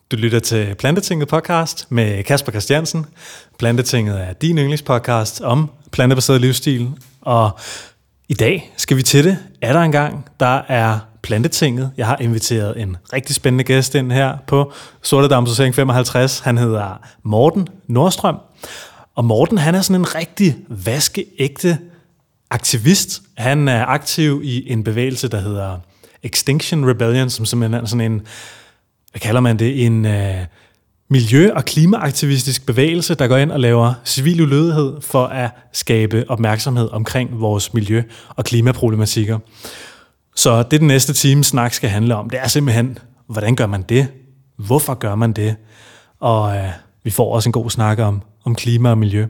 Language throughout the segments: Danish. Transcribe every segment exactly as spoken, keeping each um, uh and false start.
Du lytter til Plantetinget podcast med Kasper Christiansen. Plantetinget er din yndlingspodcast om plantebaseret livsstil. Og i dag skal vi til det. Er der engang, der er Plantetinget. Jeg har inviteret en rigtig spændende gæst ind her på Sortedam Sortering femoghalvtreds. Han hedder Morten Nordstrøm. Og Morten, han er sådan en rigtig vaskeægte aktivist. Han er aktiv i en bevægelse, der hedder Extinction Rebellion, som simpelthen er sådan en, hvad kalder man det, en øh, miljø- og klimaaktivistisk bevægelse, der går ind og laver civil ulydighed for at skabe opmærksomhed omkring vores miljø- og klimaproblematikker. Så det, den næste times snak skal handle om, det er simpelthen, hvordan gør man det? Hvorfor gør man det? Og øh, vi får også en god snak om, om klima og miljø.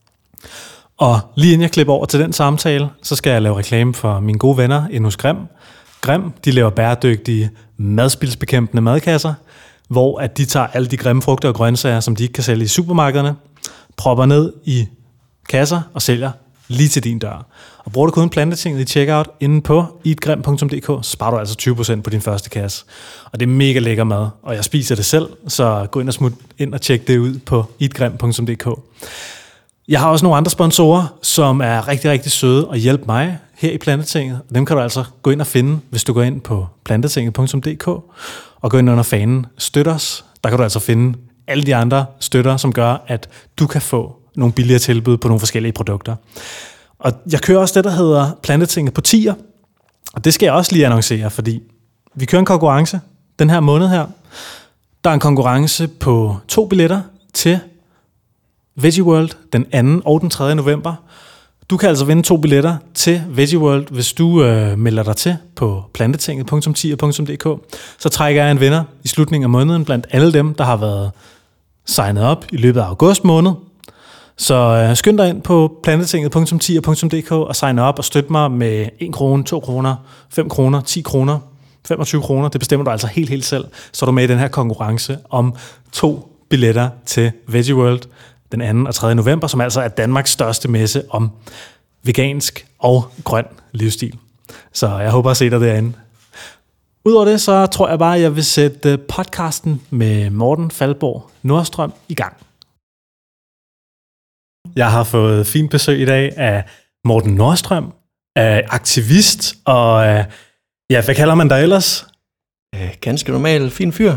Og lige inden jeg klipper over til den samtale, så skal jeg lave reklame for mine gode venner inde hos Grim. Grim, de laver bæredygtige madspildsbekæmpende madkasser, hvor at de tager alle de grimme frugter og grøntsager, som de ikke kan sælge i supermarkederne, propper ned i kasser og sælger lige til din dør. Og bruger du koden Plantetinget i checkout inde på eatgrim punktum d k, så sparer du altså tyve procent på din første kasse. Og det er mega lækker mad, og jeg spiser det selv, så gå ind og smut ind og tjek det ud på eatgrim punktum d k. Jeg har også nogle andre sponsorer, som er rigtig, rigtig søde og hjælper mig her i Plantetinget. Dem kan du altså gå ind og finde, hvis du går ind på plantetinget punktum d k og gå ind under fanen Støt os. Der kan du altså finde alle de andre støtter, som gør, at du kan få nogle billigere tilbud på nogle forskellige produkter. Og jeg kører også det, der hedder Plantetinget på tier. Og det skal jeg også lige annoncere, fordi vi kører en konkurrence den her måned her. Der er en konkurrence på to billetter til Veggie World den anden og den tredje november. Du kan altså vinde to billetter til Veggie World, hvis du øh, melder dig til på plantetinget punktum tier punktum d k. Så trækker jeg en vinder i slutningen af måneden blandt alle dem, der har været signet op i løbet af august måned. Så øh, skynd dig ind på plantetinget punktum tier punktum d k og sign op og støt mig med en krone, to kroner, fem kroner, ti kroner, femogtyve kroner. Det bestemmer du altså helt, helt selv. Så er du med i den her konkurrence om to billetter til Veggie World den anden og tredje november, som altså er Danmarks største messe om vegansk og grøn livsstil. Så jeg håber at se dig derinde. Udover det, så tror jeg bare, at jeg vil sætte podcasten med Morten Faldborg Nordstrøm i gang. Jeg har fået fint besøg i dag af Morten Nordstrøm, af aktivist, og ja, hvad kalder man dig ellers? Øh, ganske normal, fin fyr,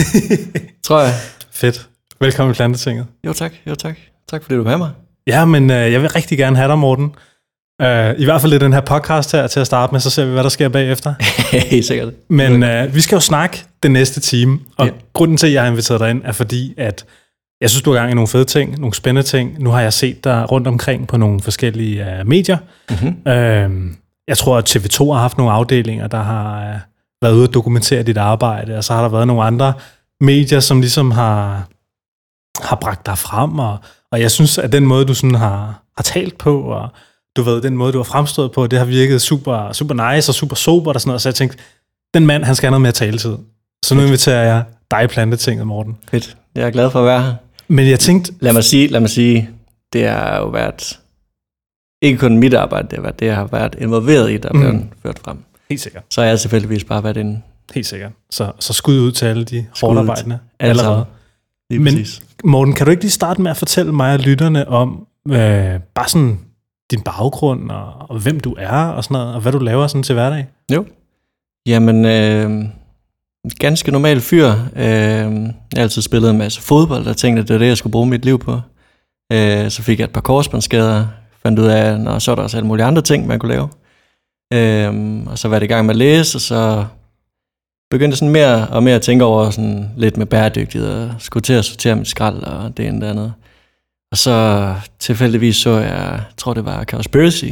tror jeg. Fedt. Velkommen i Plantetinget. Jo tak, jo tak. Tak fordi du er med mig. Ja, men øh, jeg vil rigtig gerne have dig, Morten. Uh, I hvert fald i den her podcast her til at starte med, så ser vi, hvad der sker bagefter. Helt sikkert. Men uh, vi skal jo snakke den næste time, og ja. Grunden til, at jeg har inviteret dig ind, er fordi, at jeg synes, du er i gang i nogle fede ting, nogle spændende ting. Nu har jeg set dig rundt omkring på nogle forskellige uh, medier. Mm-hmm. Uh, jeg tror, at T V to har haft nogle afdelinger, der har uh, været ude at dokumentere dit arbejde, og så har der været nogle andre medier, som ligesom har... har bragt dig frem, og, og jeg synes, at den måde, du sådan har, har talt på, og du ved, den måde, du har fremstået på, det har virket super, super nice og super sober og sådan noget, så jeg tænkte, den mand, han skal have noget mere taletid. Så nu inviterer jeg dig i Plantetinget, Morten. Fedt. Jeg er glad for at være her. Men jeg tænkte... Lad mig sige, lad mig sige det har jo været, ikke kun mit arbejde, det har været det, jeg har været involveret i, der er blevet mm. ført frem. Helt sikkert. Så har jeg selvfølgelig bare været inde. Helt sikkert. Så, så skud ud til alle de hårdt arbejdende allerede. Men Morten, kan du ikke lige starte med at fortælle mig og lytterne om øh, bare sådan din baggrund og, og hvem du er og sådan noget, og hvad du laver sådan til hverdag? Jo. Jamen, øh, ganske normal fyr. Øh, jeg har altid spillet en masse fodbold, og tænkte, at det var det, jeg skulle bruge mit liv på. Øh, så fik jeg et par korsbåndsskader, fandt ud af, at så er der også alle mulige andre ting, man kunne lave. Øh, og så var det i gang med at læse, og så begyndte sådan mere og mere at tænke over sådan lidt med bæredygtighed, og skulle til at sortere mit skrald og det ene og det andet. Og så tilfældigvis så jeg, jeg tror det var Cowspiracy,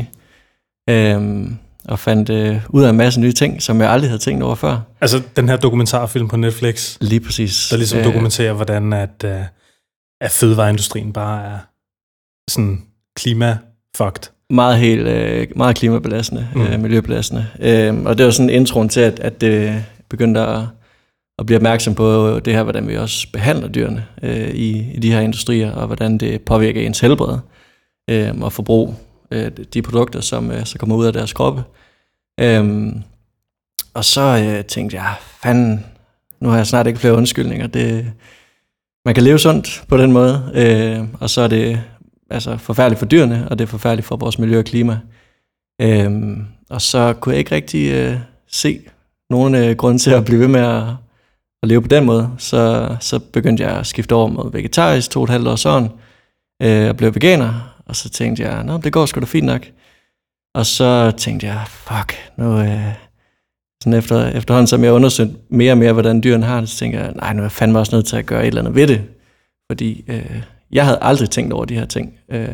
øhm, og fandt øh, ud af en masse nye ting, som jeg aldrig havde tænkt over før. Altså den her dokumentarfilm på Netflix? Lige præcis. Der ligesom dokumenterer, hvordan at, øh, at fødevareindustrien bare er sådan klima-fucked. Meget, helt, øh, meget klimabelastende, mm. øh, miljøbelastende. Øh, og det var sådan introen til, at, at det begyndte at, at blive opmærksom på det her, hvordan vi også behandler dyrene øh, i, i de her industrier, og hvordan det påvirker ens helbred øh, og forbrug øh, de produkter, som øh, så kommer ud af deres kroppe. Øh, og så øh, tænkte jeg, fanden, nu har jeg snart ikke flere undskyldninger. Det, man kan leve sundt på den måde, øh, og så er det altså forfærdeligt for dyrene, og det er forfærdeligt for vores miljø og klima. Øh, og så kunne jeg ikke rigtig øh, se nogen øh, grund til at blive ved med at, at leve på den måde. Så, så begyndte jeg at skifte over mod vegetarisk, to og et halvt år sådan, øh, og blev veganer. Og så tænkte jeg, nå, det går sgu da fint nok. Og så tænkte jeg, fuck, nu... Øh, sådan efter, efterhånden, som jeg undersøgte mere og mere, hvordan dyrene har det, så tænkte jeg, nej, nu er jeg fandme også nødt til at gøre et eller andet ved det. Fordi øh, jeg havde aldrig tænkt over de her ting. Øh,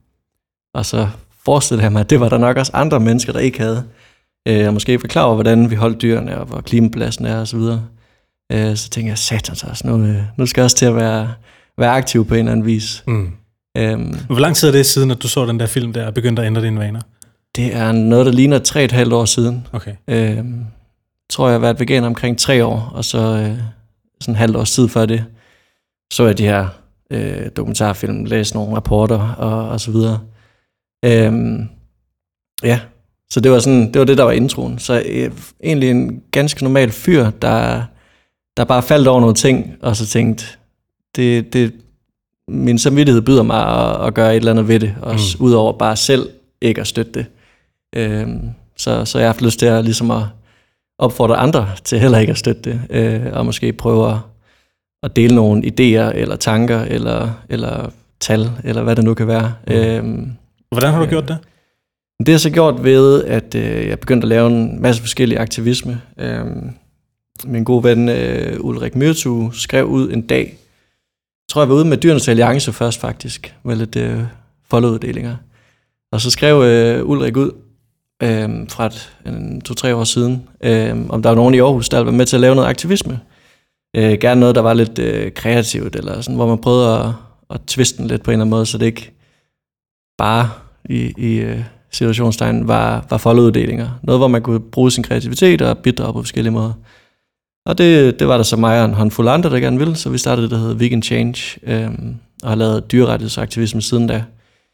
og så forestillede jeg mig, at det var der nok også andre mennesker, der ikke havde. Øh, og måske ikke var klar over, hvordan vi holdt dyrene, og hvor klimabelasten er, og så videre. Øh, så tænkte jeg, satans også, nu, øh, nu skal jeg også til at være, være aktiv på en eller anden vis. Mm. Øhm, Hvor lang tid er det siden, at du så den der film der, og begyndte at ændre dine vaner? Det er noget, der ligner tre og et halvt år siden. Okay. Øh, tror jeg har været veganer omkring tre år, og så øh, sådan en halvt års tid før det, så jeg de her øh, dokumentarfilm, læste nogle rapporter og, og så videre. Øhm, ja, så det var sådan, det var det, der var introen. Så øh, egentlig en ganske normal fyr, der, der bare faldt over nogle ting, og så tænkte, det, det, min samvittighed byder mig at, at gøre et eller andet ved det, også mm. udover bare selv ikke at støtte det. Øhm, så, så jeg har haft lyst til at, ligesom at opfordre andre til heller ikke at støtte det, øh, og måske prøve at, at dele nogle idéer, eller tanker, eller, eller tal, eller hvad det nu kan være. Mm. Øhm, Hvordan har du øh, gjort det? Det har jeg så gjort ved, at øh, jeg begyndte at lave en masse forskellige aktivisme. Øhm, min gode ven øh, Ulrik Myrtu skrev ud en dag, jeg tror jeg var ude med Dyrenes Alliance først faktisk, med lidt øh, foldeuddelinger. Og så skrev øh, Ulrik ud, Øhm, fra et, en, to-tre år siden, øhm, om der var nogen i Aarhus, der ville være med til at lave noget aktivisme. Øh, gerne noget, der var lidt øh, kreativt, eller sådan, hvor man prøvede at, at twiste den lidt på en eller anden måde, så det ikke bare i, i uh, situationstegn var, var foldeuddelinger. Noget, hvor man kunne bruge sin kreativitet og bidrage på forskellige måder. Og det, det var der så mig og en håndfuld andre, der gerne ville, så vi startede det, der hedder Vegan Change, øhm, og har lavet dyrerettighedsaktivisme siden da,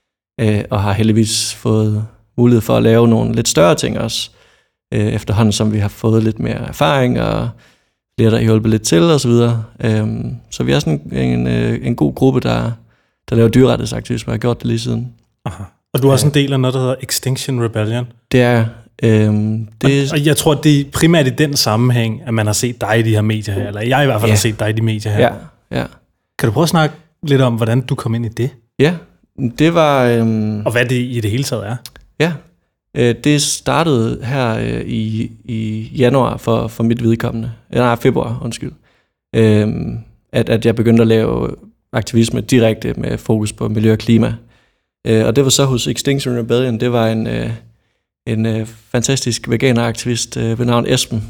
øh, og har heldigvis fået mulighed for at lave nogle lidt større ting også, øh, efterhånden som vi har fået lidt mere erfaring, og flere, der har hjulpet lidt til, og så videre. Øhm, så vi er sådan en, en, en god gruppe, der, der laver dyrerettighedsaktivisme, og har gjort det lige siden. Aha. Og du er også en del af noget, der hedder Extinction Rebellion. Det er øhm, det og, og jeg tror, at det er primært i den sammenhæng, at man har set dig i de her medier her, eller jeg i hvert fald ja. har set dig i de medier her. Ja, ja. Kan du prøve at snakke lidt om, hvordan du kom ind i det? Ja, det var... Øhm, og hvad det i det hele taget er? Ja, øh, det startede her øh, i, i januar for, for mit vedkommende. Nej, februar, undskyld. Øh, at, at jeg begyndte at lave aktivisme direkte med fokus på miljø og klima. Øh, og det var så hos Extinction Rebellion. Det var en, øh, en øh, fantastisk veganeraktivist øh, ved navn Esben,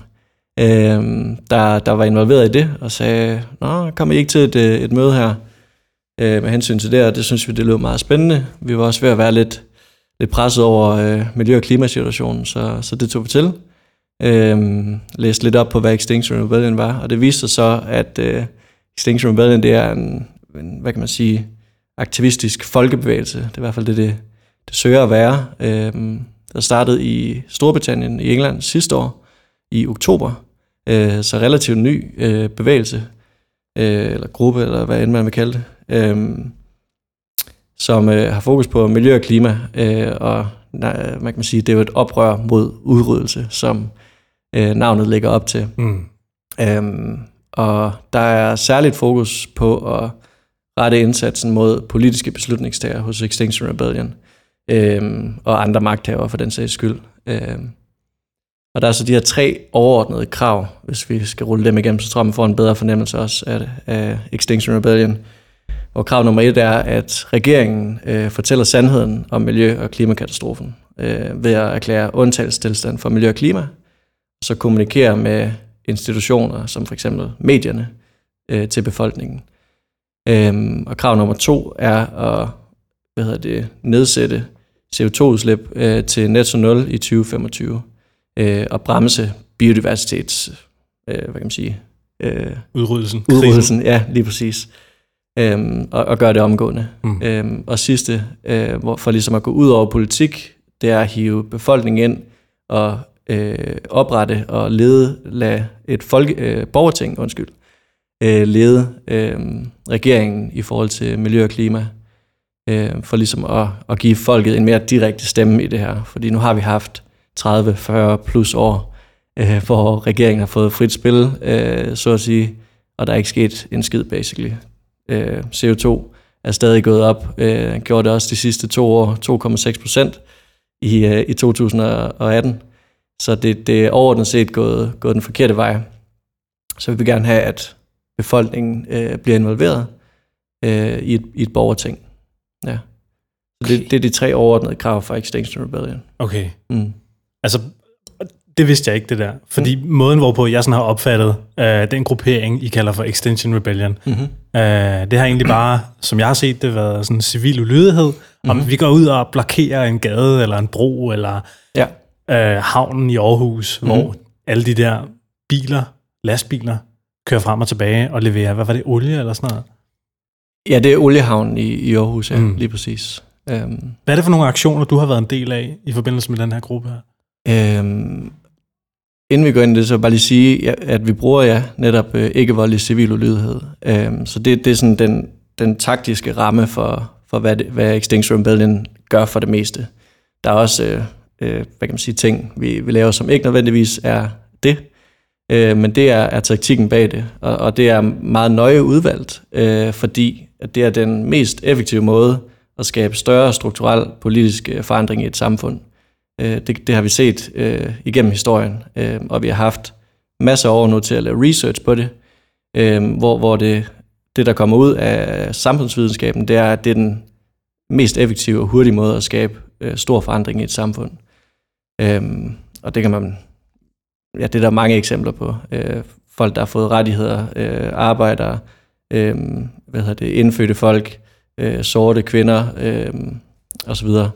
øh, der, der var involveret i det og sagde, nå, kommer I ikke til et, et møde her øh, med hensyn til det, og det synes vi, det lød meget spændende. Vi var også ved at være lidt lidt presset over øh, miljø- og klimasituationen, så, så det tog vi til. Øhm, læste lidt op på, hvad Extinction Rebellion var, og det viste sig så, at øh, Extinction Rebellion, det er en, en, hvad kan man sige, aktivistisk folkebevægelse. Det er i hvert fald det, det, det søger at være. Øhm, der startede i Storbritannien, i England sidste år, i oktober. Øh, så relativt ny øh, bevægelse, øh, eller gruppe, eller hvad end man vil kalde det. Øhm, som øh, har fokus på miljø og klima, øh, og nej, man kan sige, det er jo et oprør mod udryddelse, som øh, navnet lægger op til. Mm. Øhm, og der er særligt fokus på at rette indsatsen mod politiske beslutningstagere hos Extinction Rebellion, øh, og andre magthavere for den sags skyld. Øh, og der er så de her tre overordnede krav, hvis vi skal rulle dem igennem, så tror jeg, man får en bedre fornemmelse også af, af Extinction Rebellion. Og krav nummer et er, at regeringen øh, fortæller sandheden om miljø- og klimakatastrofen øh, ved at erklære undtagelsestilstand for miljø og klima, og så kommunikere med institutioner, som for eksempel medierne, øh, til befolkningen. Øhm, og krav nummer to er at hvad hedder det, nedsætte C O to udslip øh, til netto nul i tyve femogtyve, øh, og bremse biodiversitets, øh, hvad kan man sige, øh, udryddelsen. Udryddelsen, ja, lige præcis. Øhm, og, og gøre det omgående. Mm. Øhm, og sidste, øh, hvor, for ligesom at gå ud over politik, det er at hive befolkningen ind og øh, oprette og lede lade et folke, øh, borgerting, undskyld, øh, lede øh, regeringen i forhold til miljø og klima, øh, for ligesom at, at give folket en mere direkte stemme i det her. Fordi nu har vi haft tredive fyrre plus år, øh, hvor regeringen har fået frit spil, øh, så at sige, og der er ikke sket en skid, basically. Øh, C O to er stadig gået op, øh, gjorde det også de sidste to år, to komma seks procent i, øh, i to tusind og atten. Så det, det er overordnet set gået, gået den forkerte vej. Så vi vil gerne have, at befolkningen øh, bliver involveret øh, i, et, i et borgerting. Ja. Så det, det er de tre overordnede krav for Extinction Rebellion. Okay. Mm. Altså, det vidste jeg ikke, det der. Fordi mm. måden, hvorpå jeg sådan har opfattet øh, den gruppering, I kalder for Extinction Rebellion, mm-hmm. øh, det har egentlig bare, som jeg har set det, været sådan en civil ulydighed. Mm-hmm. Om vi går ud og blokerer en gade, eller en bro, eller ja. øh, havnen i Aarhus, mm-hmm. hvor alle de der biler, lastbiler, kører frem og tilbage og leverer, hvad var det, olie eller sådan noget? Ja, det er oliehavnen i, i Aarhus, ja, mm. lige præcis. Um, hvad er det for nogle aktioner, du har været en del af i forbindelse med den her gruppe her? Um, inden vi går ind i det, så vil jeg bare lige sige, at vi bruger ja, netop øh, ikke-voldelig civil ulydighed. Um, så det, det er sådan den, den taktiske ramme for, for hvad, det, hvad Extinction Rebellion gør for det meste. Der er også øh, øh, hvad kan man sige, ting, vi, vi laver, som ikke nødvendigvis er det, øh, men det er, er taktikken bag det, og, og det er meget nøje udvalgt, øh, fordi at det er den mest effektive måde at skabe større strukturel politisk forandring i et samfund. Øh, det, det har vi set øh, igennem historien, øh, og vi har haft masser af år nu til at lave research på det, øh, hvor, hvor det, det, der kommer ud af samfundsvidenskaben, det er, at det er den mest effektive og hurtige måde at skabe øh, stor forandring i et samfund. Øh, og det kan man, ja, det er der mange eksempler på. Øh, folk, der har fået rettigheder, øh, arbejdere, øh, hvad hedder det, indfødte folk, øh, sorte kvinder, øh, og så videre.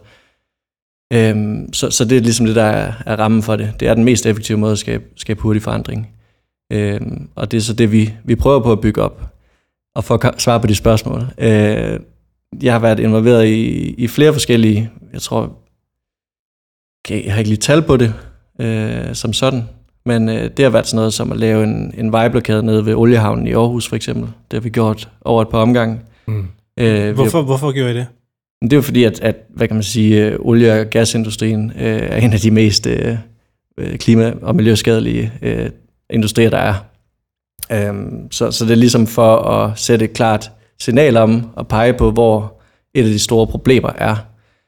Øh, så, så det er ligesom det, der er, er rammen for det. Det er den mest effektive måde at skabe, skabe hurtig forandring. Øh, og det er så det, vi, vi prøver på at bygge op. Og for at svare på de spørgsmål. Øh, jeg har været involveret i, i flere forskellige, jeg tror, okay, jeg har ikke lige tal på det øh, som sådan, men øh, det har været sådan noget som at lave en, en vejblokade nede ved oliehavnen i Aarhus for eksempel. Det har vi gjort over et par omgange. Mm. Øh, hvorfor, har, hvorfor gjorde I det? Det er jo fordi, at, at hvad kan man sige, olie- og gasindustrien øh, er en af de mest øh, klima- og miljøskadelige øh, industrier, der er. Um, så, så det er ligesom for at sætte et klart signal om og pege på, hvor et af de store problemer er.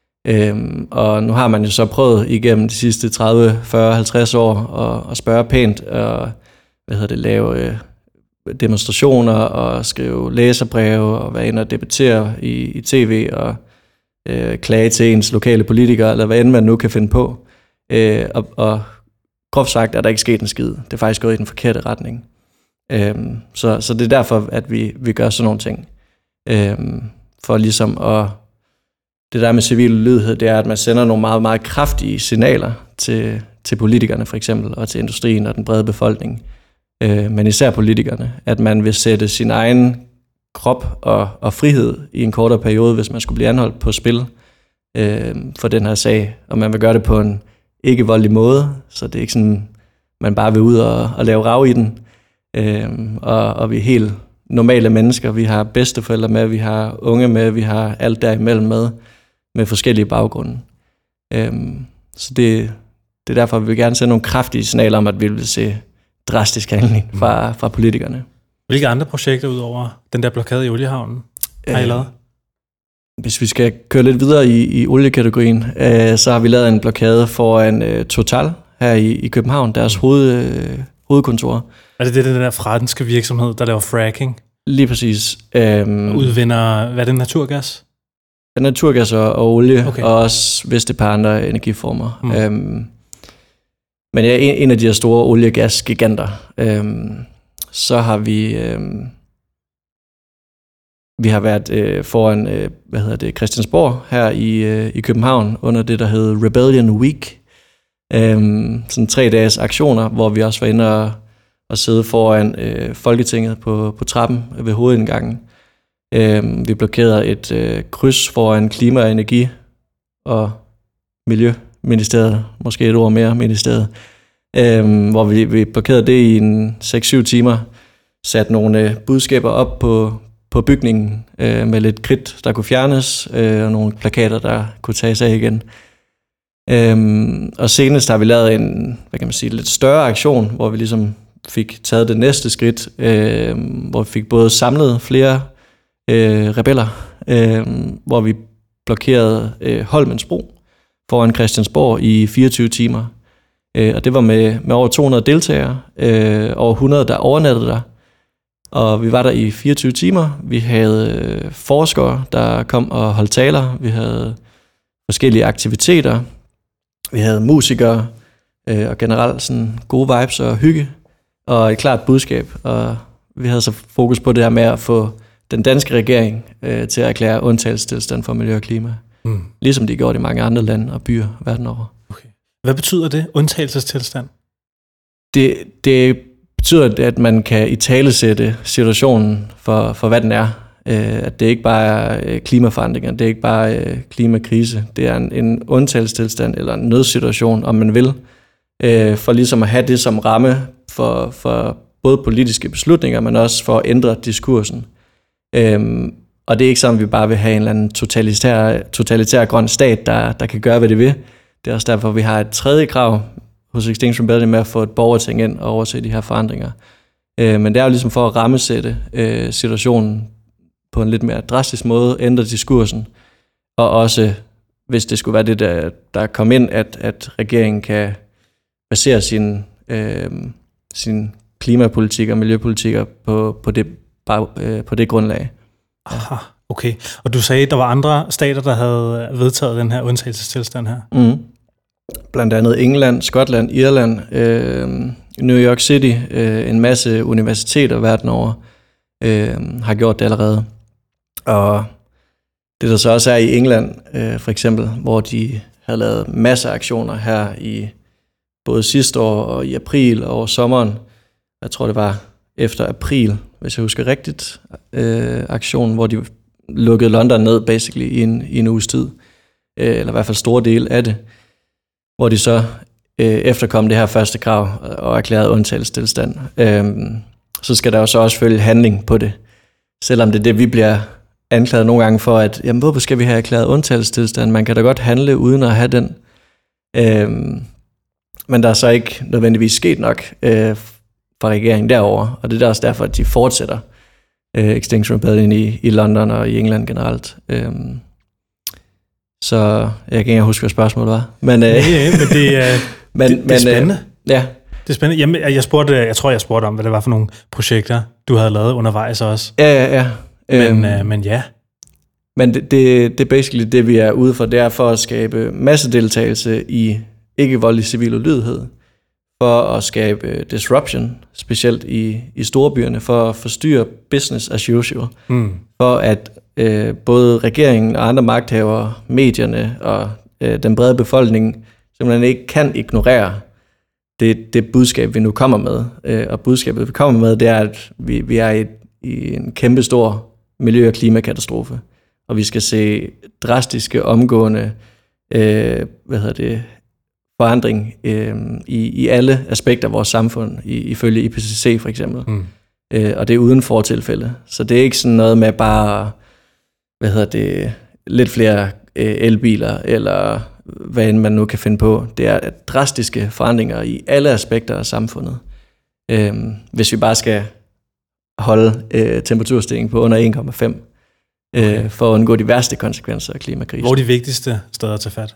Um, og nu har man jo så prøvet igennem de sidste tredive, fyrre, halvtreds år at, at spørge pænt og hvad hedder det, lave øh, demonstrationer og skrive læserbreve og være inde og debattere i, i tv og øh, klage til ens lokale politikere, eller hvad end man nu kan finde på. Øh, og, og groft sagt er der ikke sket en skid. Det er faktisk gået i den forkerte retning. Øhm, så, så det er derfor, at vi, vi gør sådan nogle ting. Øhm, for ligesom at... Det der med civil ulydighed, det er, at man sender nogle meget, meget kraftige signaler til, til politikerne for eksempel, og til industrien og den brede befolkning. Øh, men især politikerne, at man vil sætte sin egen krop og, og frihed i en kortere periode, hvis man skulle blive anholdt på spil øh, for den her sag. Og man vil gøre det på en ikke-voldelig måde, så det er ikke sådan, man bare vil ud og, og lave rav i den. Øhm, og, og vi er helt normale mennesker. Vi har bedsteforældre med, vi har unge med, vi har alt derimellem med, med forskellige baggrunde. Øhm, så det, det er derfor, vi vil gerne sende nogle kraftige signaler om, at vi vil se drastisk handling fra, fra politikerne. Hvilke andre projekter ud over den der blokade i oliehavnen har I lavet? Hvis vi skal køre lidt videre i, i oliekategorien, øh, så har vi lavet en blokade foran øh, Total her i, i København, deres hoved, øh, hovedkontor. Er det det, den der franske virksomhed, der laver fracking? Lige præcis. Øhm, udvinder, hvad er det, naturgas? Naturgas og, og olie, okay. Og også vist et par andre energiformer. Mm. Øhm, men ja, en, en af de her store olie-gas-giganter. Øhm, så har vi... Øhm, vi har været øh, foran, øh, hvad hedder det, Christiansborg her i, øh, i København, under det, der hed Rebellion Week. Øhm, sådan tre dages aktioner, hvor vi også var inde og, og sidde foran øh, Folketinget på, på trappen ved hovedindgangen. Øhm, vi blokerede et øh, kryds foran Klima- og Energi- og Miljøministeriet, måske et ord mere, ministeriet, øh, hvor vi, vi blokerede det i en seks syv timer, satte nogle øh, budskaber op på, på bygningen øh, med lidt kridt, der kunne fjernes, øh, og nogle plakater, der kunne tages af igen. Øhm, og senest har vi lavet en, hvad kan man sige, lidt større aktion, hvor vi ligesom fik taget det næste skridt, øh, hvor vi fik både samlet flere øh, rebeller, øh, hvor vi blokerede øh, Holmens Bro foran Christiansborg i fireogtyve timer. Øh, og det var med, med over to hundrede deltagere, øh, over hundrede, der overnattede der. Og vi var der i fireogtyve timer. Vi havde øh, forskere, der kom og holdt taler. Vi havde forskellige aktiviteter. Vi havde musikere øh, og generelt sådan gode vibes og hygge og et klart budskab. Og vi havde så fokus på det her med at få den danske regering øh, til at erklære undtagelsestilstand for miljø og klima. Mm. Ligesom de gjort i mange andre lande og byer verden over. Okay. Hvad betyder det, undtagelsestilstand? Det, det betyder, at man kan italesætte situationen for, for hvad den er. Øh, at det ikke bare er klimaforandringer, det er ikke bare øh, klimakrise. Det er en, en undtagelsestilstand eller en nødsituation, om man vil, øh, for ligesom at have det som ramme for, for både politiske beslutninger, men også for at ændre diskursen. Øh, og det er ikke sådan, at vi bare vil have en eller anden totalitær, totalitær grøn stat, der, der kan gøre, hvad det vil. Det er også derfor, vi har et tredje krav hos Extinction Rebellion med at få et borgerting ind og overse de her forandringer. Øh, men det er jo ligesom for at rammesætte øh, situationen på en lidt mere drastisk måde, ændre diskursen, og også, hvis det skulle være det, der, der kom ind, at, at regeringen kan basere sin, øh, sin klimapolitik og miljøpolitikker på, på, det, bare, øh, på det grundlag. Aha, okay. Og du sagde, at der var andre stater, der havde vedtaget den her undtagelsestilstand her? Mm. Blandt andet England, Skotland, Irland, øh, New York City, øh, en masse universiteter verden over, øh, har gjort det allerede. Og det der så også er i England, øh, for eksempel, hvor de havde lavet masser af aktioner her i både sidste år og i april og over sommeren. Jeg tror, det var efter april, hvis jeg husker rigtigt, øh, aktionen, hvor de lukkede London ned basically i en, i en uges tid. Øh, eller i hvert fald store del af det. Hvor de så øh, efterkom det her første krav og erklærede undtagelsestilstand. Øh, så skal der jo så også følge handling på det. Selvom det er det, vi bliver anklaget nogle gange for, at jamen, hvorfor skal vi have erklæret undtagelsestilstand? Man kan da godt handle uden at have den. Øhm, men der er så ikke nødvendigvis sket nok øh, fra regeringen derover, og det er også derfor, at de fortsætter øh, Extinction Rebellion i, i London og i England generelt. Øhm, så jeg kan ikke huske, hvad spørgsmålet var. Men, øh, ja, ja, men det, øh, men, det, det er spændende. Øh, ja. Det er spændende. Jamen, jeg, spurgte, jeg tror, jeg spurgte om, hvad det var for nogle projekter, du havde lavet undervejs også. Ja, ja, ja. Men, øhm, øh, men ja. Men det, det, det er basically det, vi er ude for, det er for at skabe massedeltagelse i ikke-voldelig civil ulydighed, for at skabe disruption, specielt i, i storbyerne, for at forstyrre business as usual, mm. for at øh, både regeringen og andre magthavere, medierne og øh, den brede befolkning simpelthen ikke kan ignorere det, det budskab, vi nu kommer med. Øh, og budskabet, vi kommer med, det er, at vi, vi er i, i en kæmpe stor miljø- og klimakatastrofe, og vi skal se drastiske, omgående øh, hvad hedder det, forandring øh, i, i alle aspekter af vores samfund, i, ifølge I P C C for eksempel. Mm. Øh, og det er uden fortilfælde. Så det er ikke sådan noget med bare, hvad hedder det, lidt flere øh, elbiler, eller hvad end man nu kan finde på. Det er drastiske forandringer i alle aspekter af samfundet. Øh, hvis vi bare skal holde øh, temperaturstigningen på under en komma fem, okay. øh, for at undgå de værste konsekvenser af klimakrisen. Hvor er de vigtigste steder at tage fat?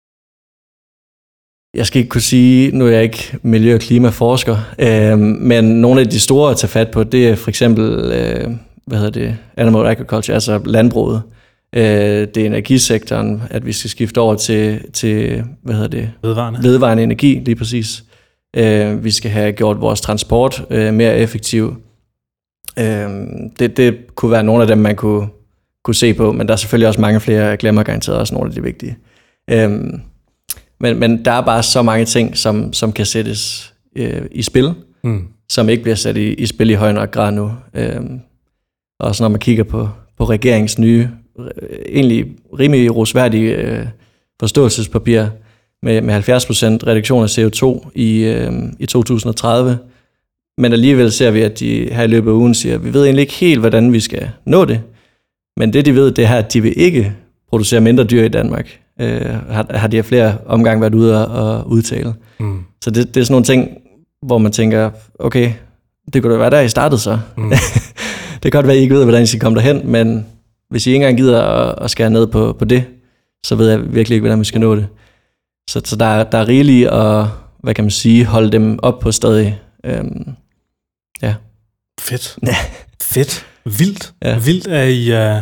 Jeg skal ikke kunne sige, nu er jeg ikke miljø- og klimaforsker, øh, men nogle af de store at tage fat på, det er for eksempel, øh, hvad hedder det, animal agriculture, altså landbruget. Øh, det er energisektoren, at vi skal skifte over til, til hvad hedder det? Vedvarende. Vedvarende energi, lige præcis. Øh, vi skal have gjort vores transport øh, mere effektiv. Øh, det, det kunne være nogle af dem, man kunne, kunne se på, men der er selvfølgelig også mange flere, jeg glemmer garanteret også nogle af de vigtige. Øh, Men, men der er bare så mange ting, som, som kan sættes øh, i spil, mm. som ikke bliver sat i, i spil i høj nok grad nu. Øhm, også når man kigger på, på regeringens nye, øh, egentlig rimelig rosværdige øh, forståelsespapir, med, med halvfjerds procent reduktion af C O to i, øh, i to tusind og tredive. Men alligevel ser vi, at de her i løbet af ugen siger, at vi ved egentlig ikke helt, hvordan vi skal nå det. Men det, de ved, det er, at de vil ikke producere mindre dyr i Danmark. Øh, har, har de her flere omgange været ude og, og udtale. Mm. Så det, det er sådan nogle ting, hvor man tænker, okay, det kunne da være der, I startede så. Mm. Det kan godt være, at I ikke ved, hvordan I skal komme derhen, men hvis I ikke engang gider at, at skære ned på, på det, så ved jeg virkelig ikke, hvordan vi skal nå det. Så, så der, der er rigeligt at, hvad kan man sige, holde dem op på stadig. Øhm, ja. Fedt. Ja. Fedt. Vildt. Ja. Vildt, at I, uh,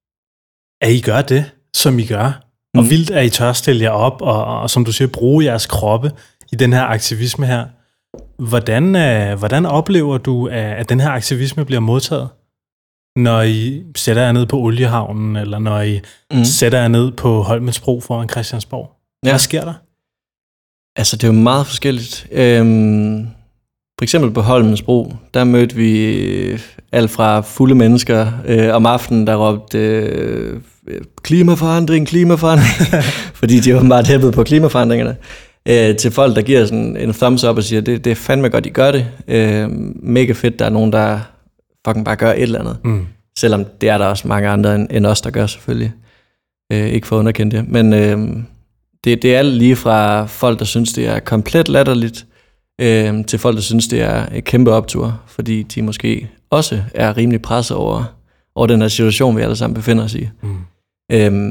at I gør det, som I gør. Mm. Og vildt, at I tør stille jer op, og, og som du siger, bruge jeres kroppe i den her aktivisme her. Hvordan, uh, hvordan oplever du, at, at den her aktivisme bliver modtaget? Når I sætter jer ned på Oliehavnen, eller når I mm. sætter jer ned på Holmensbro foran Christiansborg? Hvad ja. sker der? Altså, det er jo meget forskelligt. Øhm, for eksempel på Holmensbro, der mødte vi alt fra fulde mennesker øh, om aftenen, der råbte øh, klimaforandring, klimaforandring, fordi de var meget hæppet på klimaforandringerne, øh, til folk, der giver sådan en thumbs up og siger, det, det er fandme godt, I gør det. Øh, mega fedt, der er nogen, der fucking bare gør et eller andet. Mm. Selvom det er der også mange andre end, end os, der gør selvfølgelig. Øh, ikke for at underkende det. Men øh, det, det er lige fra folk, der synes, det er komplet latterligt, øh, til folk, der synes, det er et kæmpe optur, fordi de måske også er rimelig presset over, over den her situation, vi alle sammen befinder os i. Mm. Øh,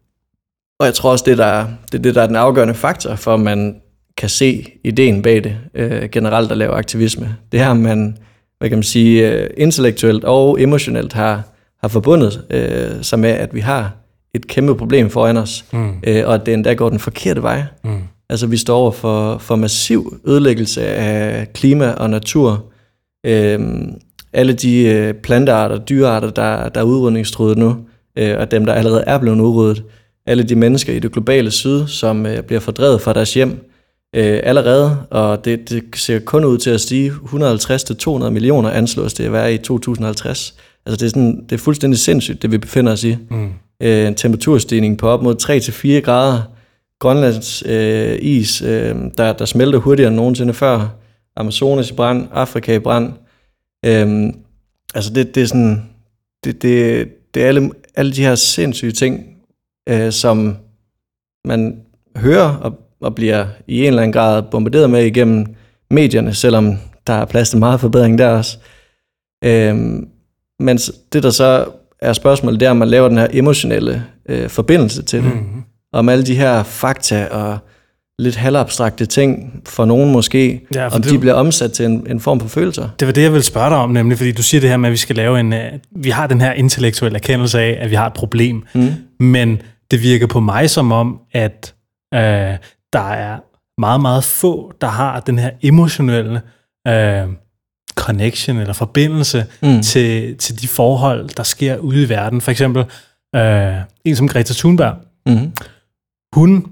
og jeg tror også, det, der, det er det, der er den afgørende faktor, for at man kan se ideen bag det, øh, generelt at lave aktivisme. Det her, man, hvad kan man sige, intellektuelt og emotionelt har, har forbundet øh, sig med, at vi har et kæmpe problem foran os, mm. øh, og at det endda går den forkerte vej. Mm. Altså, vi står over for, for massiv ødelæggelse af klima og natur. Øh, alle de øh, plantearter, dyrearter, der, der er udrydningstruede nu, øh, og dem, der allerede er blevet udryddet. Alle de mennesker i det globale syd, som øh, bliver fordrevet fra deres hjem øh, allerede, og det, det ser kun ud til at stige et hundrede og halvtreds til to hundrede millioner, anslås det at være i to tusind og halvtreds. Altså, det er, sådan, det er fuldstændig sindssygt, det vi befinder os i. Mm. Øh, en temperaturstigning på op mod tre til fire grader. Grønlands øh, is, øh, der, der smelter hurtigere end nogensinde før. Amazonas i brand, Afrika i brand. Øh, altså, det, det er sådan... Det, det, det er alle, alle de her sindssyge ting, øh, som man hører og, og bliver i en eller anden grad bombarderet med igennem medierne, selvom der er plads til meget forbedring der også. Øh, men det, der så er spørgsmålet, det er, om man laver den her emotionelle øh, forbindelse til det. Mm-hmm. Om alle de her fakta og lidt halvabstrakte ting, for nogen måske, ja, for om de det, bliver omsat til en, en form for følelser. Det var det, jeg ville spørge dig om, nemlig, fordi du siger det her med, at vi skal lave en... Uh, vi har den her intellektuelle erkendelse af, at vi har et problem, mm. men det virker på mig som om, at uh, der er meget, meget få, der har den her emotionelle uh, connection eller forbindelse mm. til, til de forhold, der sker ude i verden. For eksempel uh, en som Greta Thunberg. Mm. Hun,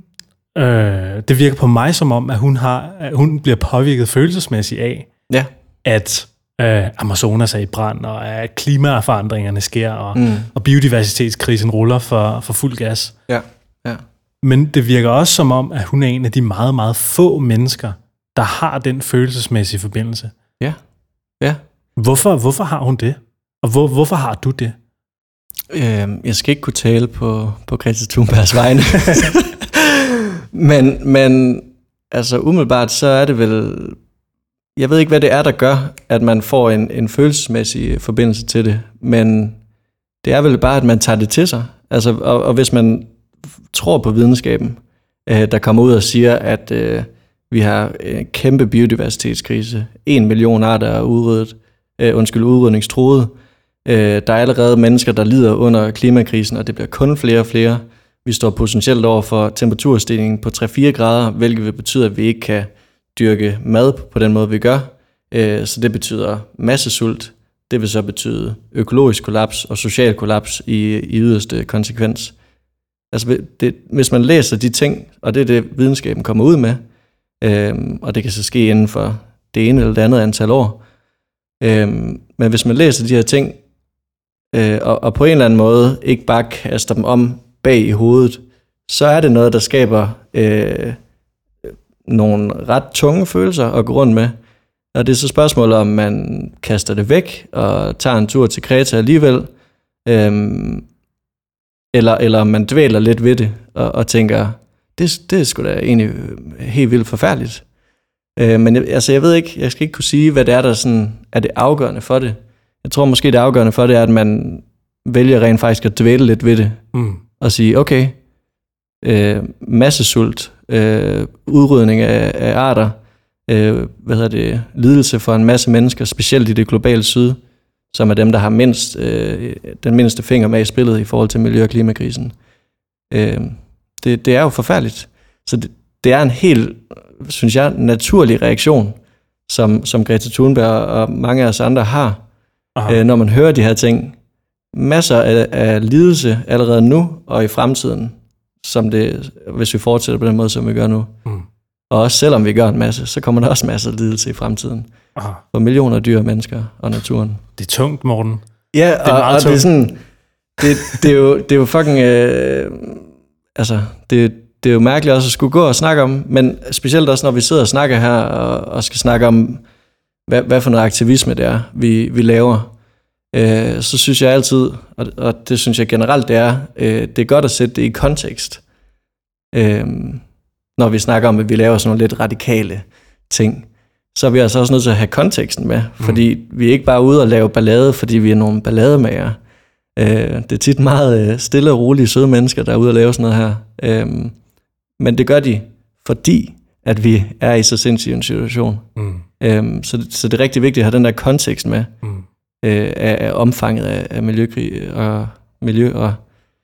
øh, det virker på mig som om, at hun, har, at hun bliver påvirket følelsesmæssigt af, ja. at øh, Amazonas er i brand, og at klimaforandringerne sker, og, mm. og biodiversitetskrisen ruller for, for fuld gas. Ja. Ja. Men det virker også som om, at hun er en af de meget, meget få mennesker, der har den følelsesmæssige forbindelse. Ja. Ja. Hvorfor, hvorfor har hun det? Og hvor, hvorfor har du det? Jeg skal ikke kunne tale på, på Greta Thunbergs vegne. men, men altså umiddelbart, så er det vel... Jeg ved ikke, hvad det er, der gør, at man får en, en følelsesmæssig forbindelse til det. Men det er vel bare, at man tager det til sig. Altså, og, og hvis man tror på videnskaben, øh, der kommer ud og siger, at øh, vi har en kæmpe biodiversitetskrise. En million arter er udryddet, øh, undskyld, udrydningstruede. Der er allerede mennesker, der lider under klimakrisen, og det bliver kun flere og flere. Vi står potentielt over for temperaturstigning på tre til fire grader, hvilket vil betyde, at vi ikke kan dyrke mad på den måde, vi gør. Så det betyder masse sult. Det vil så betyde økologisk kollaps og social kollaps i, i yderste konsekvens. Altså, det, hvis man læser de ting, og det er det, videnskaben kommer ud med, og det kan så ske inden for det ene eller det andet antal år, men hvis man læser de her ting, Øh, og, og på en eller anden måde ikke bare kaster dem om bag i hovedet, så er det noget, der skaber øh, nogle ret tunge følelser at gå rundt med. Og det er så spørgsmålet, om man kaster det væk og tager en tur til Kreta alligevel, øhm, eller, eller om man dvæler lidt ved det og, og tænker, det, det er sgu da egentlig helt vildt forfærdeligt. Øh, men jeg, altså, jeg ved ikke, jeg skal ikke kunne sige, hvad det er, der sådan, er det afgørende for det. Jeg tror måske, det afgørende for det er, at man vælger rent faktisk at dvæle lidt ved det, mm. og sige, okay, øh, massesult, øh, udrydning af, af arter, øh, hvad hedder det, lidelse for en masse mennesker, specielt i det globale syd, som er dem, der har mindst, øh, den mindste finger med i spillet i forhold til miljø- og klimakrisen. Øh, det, det er jo forfærdeligt. Så det, det er en helt, synes jeg, naturlig reaktion, som, som Greta Thunberg og mange af os andre har, øh, når man hører de her ting. Masser af, af lidelse allerede nu og i fremtiden, som det, hvis vi fortsætter på den måde, som vi gør nu. Mm. Og også selvom vi gør en masse, så kommer der også masser af lidelse i fremtiden. Aha. For millioner af dyr og mennesker og naturen. Det er tungt, Morten. Ja, det er og, og det er sådan, det, det, er jo, det er jo fucking, øh, altså, det, det er jo mærkeligt også at skulle gå og snakke om, men specielt også, når vi sidder og snakker her, og, og skal snakke om, hvad, hvad for noget aktivisme det er, vi, vi laver. Øh, så synes jeg altid, og, og det synes jeg generelt, det er, øh, det er godt at sætte det i kontekst. Øh, når vi snakker om, at vi laver sådan nogle lidt radikale ting, så er vi altså også nødt til at have konteksten med, mm. fordi vi er ikke bare ude og lave ballade, fordi vi er nogle ballademager. Øh, det er tit meget stille og rolige, søde mennesker, der er ude og lave sådan noget her. Øh, men det gør de, fordi at vi er i så sindssyg en situation. Mm. Øh, så, så det er rigtig vigtigt at have den der kontekst med, mm. øh, af, af omfanget af, af miljøkrig og miljø og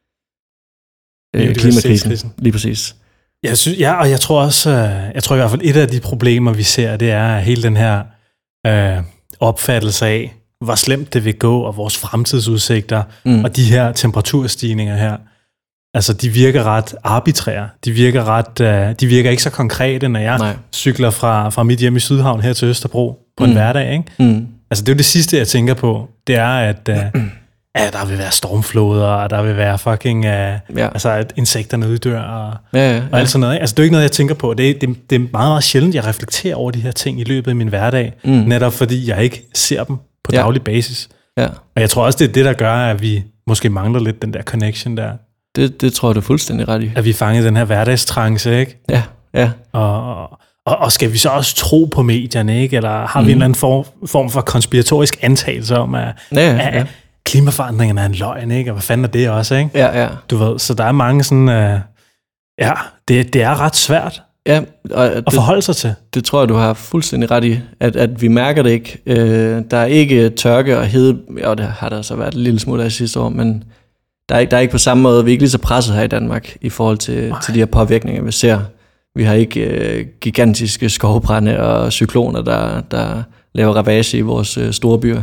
øh, klimakrisen. Lige præcis. Jeg synes, ja, og jeg tror også, jeg tror i hvert fald, et af de problemer, vi ser, det er hele den her øh, opfattelse af, hvor slemt det vil gå, og vores fremtidsudsigter, mm. og de her temperaturstigninger her. Altså, de virker ret arbitrære. De virker ret, øh, de virker ikke så konkrete, når jeg Nej. cykler fra, fra mit hjem i Sydhavn her til Østerbro på mm. en hverdag, ikke? Mm. Altså, det er jo det sidste, jeg tænker på. Det er, at øh, ja, der vil være stormfloder, og der vil være fucking, uh, ja. altså at insekterne uddør, og, ja, ja, ja. og alt sådan noget. Ikke? Altså det er jo ikke noget, jeg tænker på. Det er, det, det er meget, meget sjældent, jeg reflekterer over de her ting i løbet af min hverdag, mm. netop fordi jeg ikke ser dem på ja. daglig basis. Ja. Og jeg tror også, det er det, der gør, at vi måske mangler lidt den der connection der. Det, det tror jeg, du er fuldstændig ret i. At vi fanger den her hverdagstrance, ikke? Ja, ja. Og, og, og skal vi så også tro på medierne, ikke? Eller har mm. vi en eller anden form, form for konspiratorisk antagelse om, at, ja, ja, ja. at klimaforandringerne er en løgn, ikke? Og hvad fanden er det også, ikke? Ja, ja. Du ved, så der er mange sådan, uh, ja, det, det er ret svært ja, og at det, forholde sig til. Det tror jeg, du har fuldstændig ret i, at, at vi mærker det ikke. Uh, der er ikke tørke og hede, og det har der så været en lille smule af sidste år, men der er, ikke, der er ikke på samme måde, vi er ikke lige så presset her i Danmark i forhold til, til de her påvirkninger, vi ser. Vi har ikke uh, gigantiske skovbrænde og cykloner, der, der laver ravage i vores uh, store byer.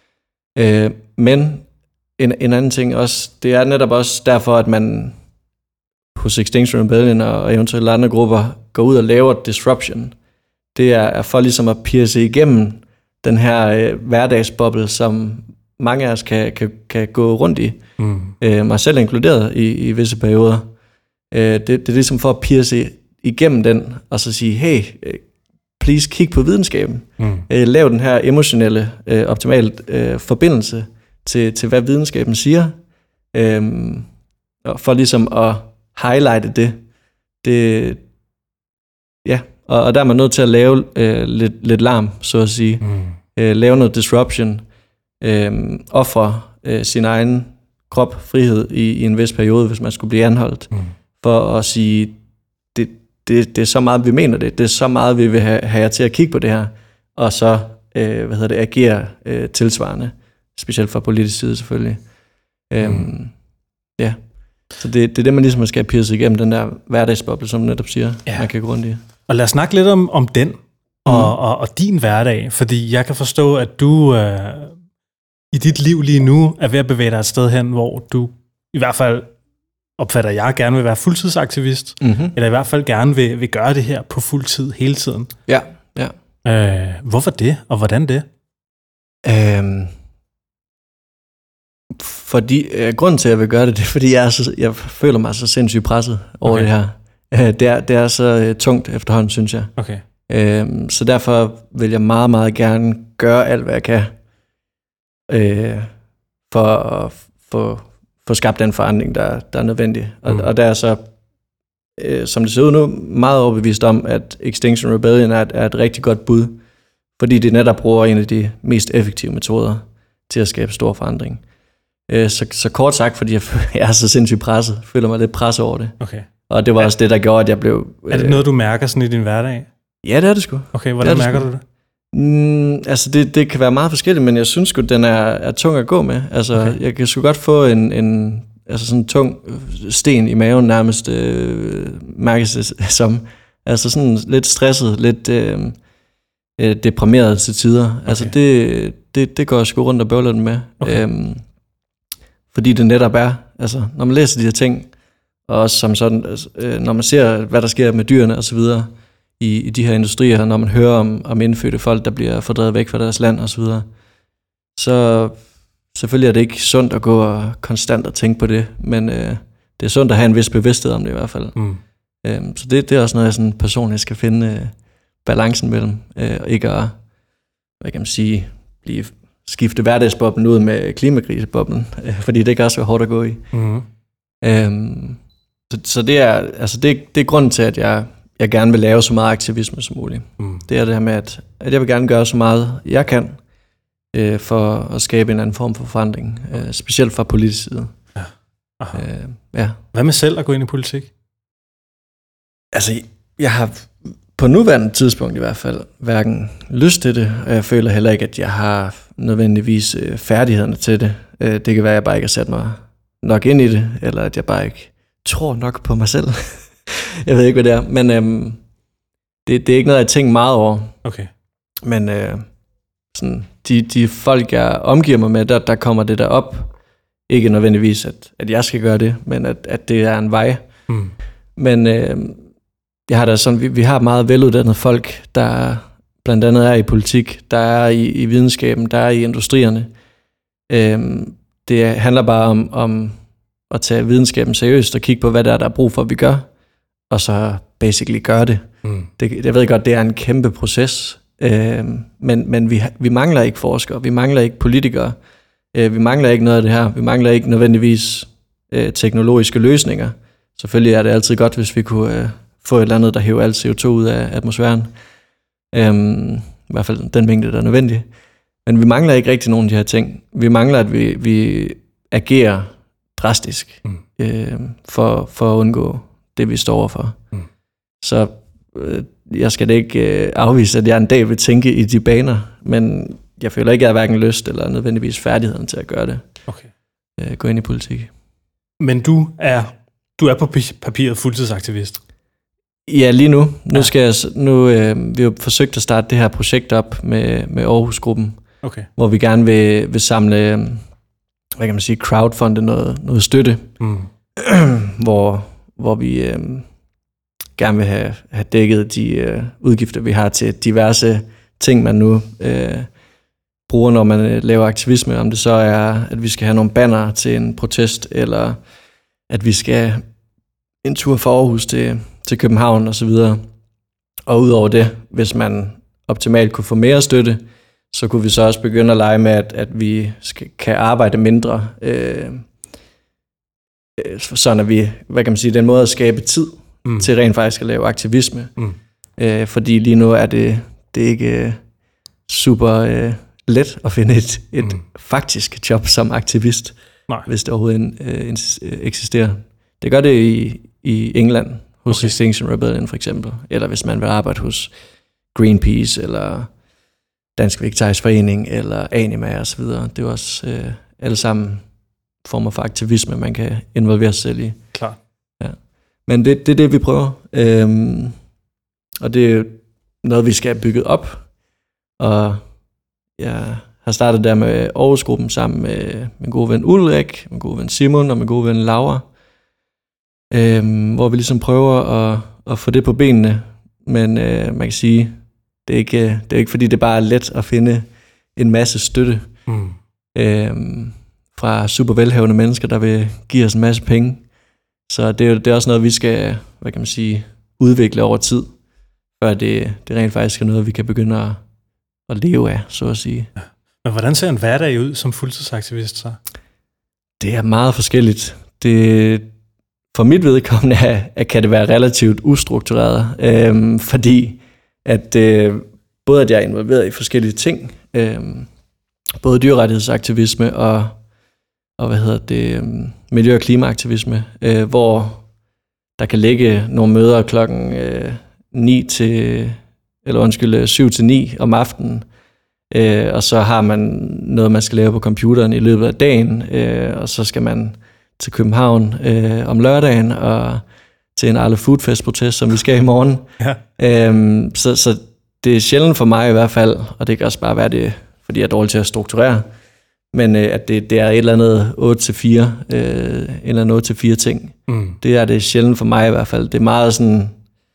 Uh, men En, en anden ting også, det er netop også derfor, at man hos Extinction Rebellion og eventuelle andre grupper går ud og laver disruption. Det er, er for ligesom at pierce igennem den her øh, hverdagsboble, som mange af os kan, kan, kan gå rundt i. Mm. Øh, mig selv inkluderet i, i visse perioder. Øh, det, det er ligesom for at pierce igennem den, og så sige, hey, please kig på videnskaben. Mm. Øh, lav den her emotionelle, øh, optimale øh, forbindelse Til, til hvad videnskaben siger, øhm, for ligesom at highlighte det. det ja, og, og der er man nødt til at lave øh, lidt, lidt larm, så at sige. Mm. Øh, lave noget disruption. Øh, ofre øh, sin egen krop, frihed i, i en vis periode, hvis man skulle blive anholdt. Mm. For at sige, det, det, det er så meget, vi mener det. Det er så meget, vi vil have, have jer til at kigge på det her. Og så, øh, hvad hedder det, agere øh, tilsvarende. Specielt fra politisk side selvfølgelig. Mm. Øhm, ja, så det, det er det, man ligesom skal pierce igennem, den der hverdagsboble, som netop siger, ja. Man kan gå rundt i. Og lad os snakke lidt om, om den, og, mm. og, og din hverdag, fordi jeg kan forstå, at du øh, i dit liv lige nu er ved at bevæge dig et sted hen, hvor du i hvert fald opfatter, at jeg gerne vil være fuldtidsaktivist, mm-hmm. eller i hvert fald gerne vil, vil gøre det her på fuld tid hele tiden. Ja, ja. Øh, hvorfor det, og hvordan det? Øhm Fordi, øh, grunden til, at jeg vil gøre det, det er, fordi jeg, er så, jeg føler mig så sindssygt presset over okay. det her. det, er, det er så øh, tungt efterhånden, synes jeg. Okay. Øhm, så derfor vil jeg meget, meget gerne gøre alt, hvad jeg kan, øh, for at få, få skabt den forandring, der, der er nødvendig. Og, mm. og der er så, øh, som det ser ud nu, meget overbevist om, at Extinction Rebellion er et, er et rigtig godt bud, fordi det netop bruger en af de mest effektive metoder til at skabe stor forandring. Øh, så, så kort sagt, fordi jeg, jeg er så sindssygt presset, føler mig lidt presset over det. Okay. Og det var er, også det, der gjorde, at jeg blev... Øh, er det noget, du mærker sådan i din hverdag? Ja, det er det sgu. Okay, hvordan mærker du det? Mm, altså, det, det kan være meget forskelligt, men jeg synes sgu, den er, er tung at gå med. Altså, okay. Jeg kan sgu godt få en, en altså sådan en tung sten i maven nærmest, øh, mærkes det som. Altså sådan lidt stresset, lidt øh, øh, deprimeret til tider. Okay. Altså, det, det, det går jeg sgu rundt og bøvler den med. Okay. Øhm, fordi det netop er, altså, når man læser de her ting, og også som sådan, altså, øh, når man ser, hvad der sker med dyrene og så videre, I, i de her industrier, når man hører om, om indfødte folk, der bliver fordrevet væk fra deres land og så videre, så selvfølgelig er det ikke sundt at gå og konstant og tænke på det, men øh, det er sundt at have en vis bevidsthed om det i hvert fald. Mm. Øhm, så det, det er også noget, jeg sådan personligt skal finde øh, balancen mellem, øh, og ikke at, hvad kan man sige, blive, skifte hverdagsboblen ud med klimakriseboblen, øh, fordi det kan også være hårdt at gå i. Mm. Øhm, så, så det er, altså det, det er grunden til, at jeg jeg gerne vil lave så meget aktivisme som muligt. Mm. Det er det her med, at, at jeg vil gerne gøre så meget, jeg kan, øh, for at skabe en anden form for forandring, øh, specielt fra politisk side. Ja. Øh, ja. Hvad med selv at gå ind i politik? Altså, jeg har på nuværende tidspunkt i hvert fald hverken lyst til det, og jeg føler heller ikke, at jeg har nødvendigvis øh, færdighederne til det. Øh, det kan være, at jeg bare ikke har sat mig nok ind i det, eller at jeg bare ikke tror nok på mig selv. Jeg ved ikke, hvad det er, men øhm, det, det er ikke noget, jeg tænker meget over. Okay. Men øh, sådan, de, de folk, jeg omgiver mig med, der, der kommer det der op. Ikke nødvendigvis, at, at jeg skal gøre det, men at, at det er en vej. Mm. Men øh, jeg har da sådan, vi, vi har meget veluddannede folk, der blandt andet er i politik, der er i, i videnskaben, der er i industrierne. Øh, det handler bare om, om at tage videnskaben seriøst og kigge på, hvad der er, der er brug for, at vi gør. Og så basically gøre det. Mm. det. Jeg ved godt, det er en kæmpe proces, øh, men, men vi, vi mangler ikke forskere, vi mangler ikke politikere, øh, vi mangler ikke noget af det her, vi mangler ikke nødvendigvis øh, teknologiske løsninger. Selvfølgelig er det altid godt, hvis vi kunne øh, få et eller andet, der hæver alt C O to ud af atmosfæren. Øh, I hvert fald den mængde, der er nødvendig. Men vi mangler ikke rigtig nogen af de her ting. Vi mangler, at vi, vi agerer drastisk mm. øh, for, for at undgå det, vi står overfor. Mm. Så øh, jeg skal da ikke øh, afvise, at jeg en dag vil tænke i de baner, men jeg føler ikke, at jeg har hverken lyst eller nødvendigvis færdigheden til at gøre det. Okay. Øh, gå ind i politik. Men du er, du er på papiret fuldtidsaktivist? Ja, lige nu. Nu skal jeg, nu, øh, vi har forsøgt at starte det her projekt op med, med Aarhus-gruppen, okay. hvor vi gerne vil, vil samle, hvad kan man sige, crowdfunde noget, noget støtte, mm. hvor hvor vi øh, gerne vil have, have dækket de øh, udgifter, vi har til diverse ting, man nu øh, bruger, når man øh, laver aktivisme. Om det så er, at vi skal have nogle banner til en protest, eller at vi skal en tur fra Aarhus til, til København osv. Og udover det, hvis man optimalt kunne få mere støtte, så kunne vi så også begynde at lege med, at, at vi skal, kan arbejde mindre, øh, sådan at vi, hvad kan man sige, den måde at skabe tid mm. til rent faktisk at lave aktivisme. Mm. Øh, fordi lige nu er det, det er ikke super øh, let at finde et, et mm. faktisk job som aktivist, Nej. hvis det overhovedet øh, eksisterer. Det gør det i, i England, hos okay. Extinction Rebellion for eksempel, eller hvis man vil arbejde hos Greenpeace, eller Dansk Vegetarisk Forening, eller Anima og så videre. Det er jo også øh, alle sammen former for aktivisme, man kan involvere sig selv i. Klart. Ja. Men det, det er det, vi prøver. Øhm, og det er noget, vi skal have bygget op. Og jeg har startet der med Aarhus-gruppen sammen med min gode ven Ulrik, min gode ven Simon og min gode ven Laura. Øhm, hvor vi ligesom prøver at, at få det på benene. Men øh, man kan sige, det er, ikke, det er ikke fordi, det bare er let at finde en masse støtte. Mm. Øhm, fra super velhavende mennesker, der vil give os en masse penge. Så det er, det er også noget, vi skal, hvad kan man sige, udvikle over tid, før det, det rent faktisk er noget, vi kan begynde at, at leve af, så at sige. Ja. Men hvordan ser en hverdag ud som fuldtidsaktivist så? Det er meget forskelligt. Det, for mit vedkommende er, kan det være relativt ustruktureret, øhm, fordi at øh, både at jeg er involveret i forskellige ting, øhm, både dyrrettighedsaktivisme og, og hvad hedder det, øhm, miljø- og klimaaktivisme, øh, hvor der kan ligge nogle møder klokken øh, ni til, eller undskyld, syv til ni om aftenen, øh, og så har man noget, man skal lave på computeren i løbet af dagen, øh, og så skal man til København øh, om lørdagen, og til en Arla Food Fest protest, som vi skal i morgen. Ja. Øhm, så, så det er sjældent for mig i hvert fald, og det kan også bare være det, fordi jeg er dårlig til at strukturere, men øh, at det, det er et eller andet otte til fire, øh, en eller anden otte til fire ting. Mm. Det er det sjældent for mig i hvert fald. Det er meget sådan,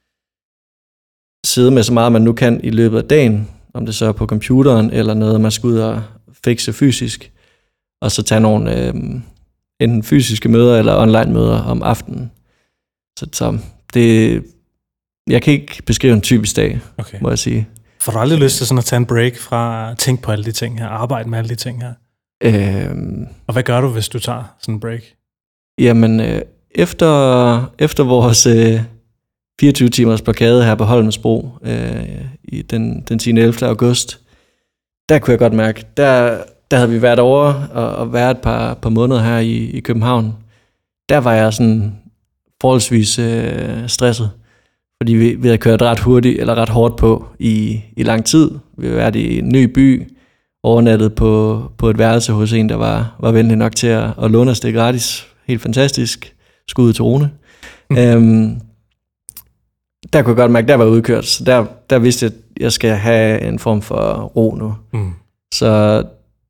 sidde med så meget, man nu kan i løbet af dagen, om det så er på computeren, eller noget, man skal ud og fikse fysisk, og så tage nogle øh, enten fysiske møder, eller online møder om aftenen. Så, så det, jeg kan ikke beskrive en typisk dag, okay. må jeg sige. Får du aldrig lyst til sådan at tage en break fra at tænke på alle de ting her, arbejde med alle de ting her? Øhm, og hvad gør du, hvis du tager sådan en break? Jamen, øh, efter, efter vores øh, fireogtyve timers blokade her på Holmesbro, øh, i den, den tiende ellevte august, der kunne jeg godt mærke, der, der havde vi været over og, og været et par, par måneder her i, i København. Der var jeg sådan forholdsvis øh, stresset, fordi vi, vi havde kørt ret hurtigt eller ret hårdt på i, i lang tid. Vi havde været i en ny by, overnattet på, på et værelse hos en, der var, var venlig nok til at, at låne os det gratis. Helt fantastisk. Skud til Rune. Mm. Øhm, der kunne jeg godt mærke, der var udkørt, så der, der vidste jeg, at jeg skal have en form for ro nu. Mm. Så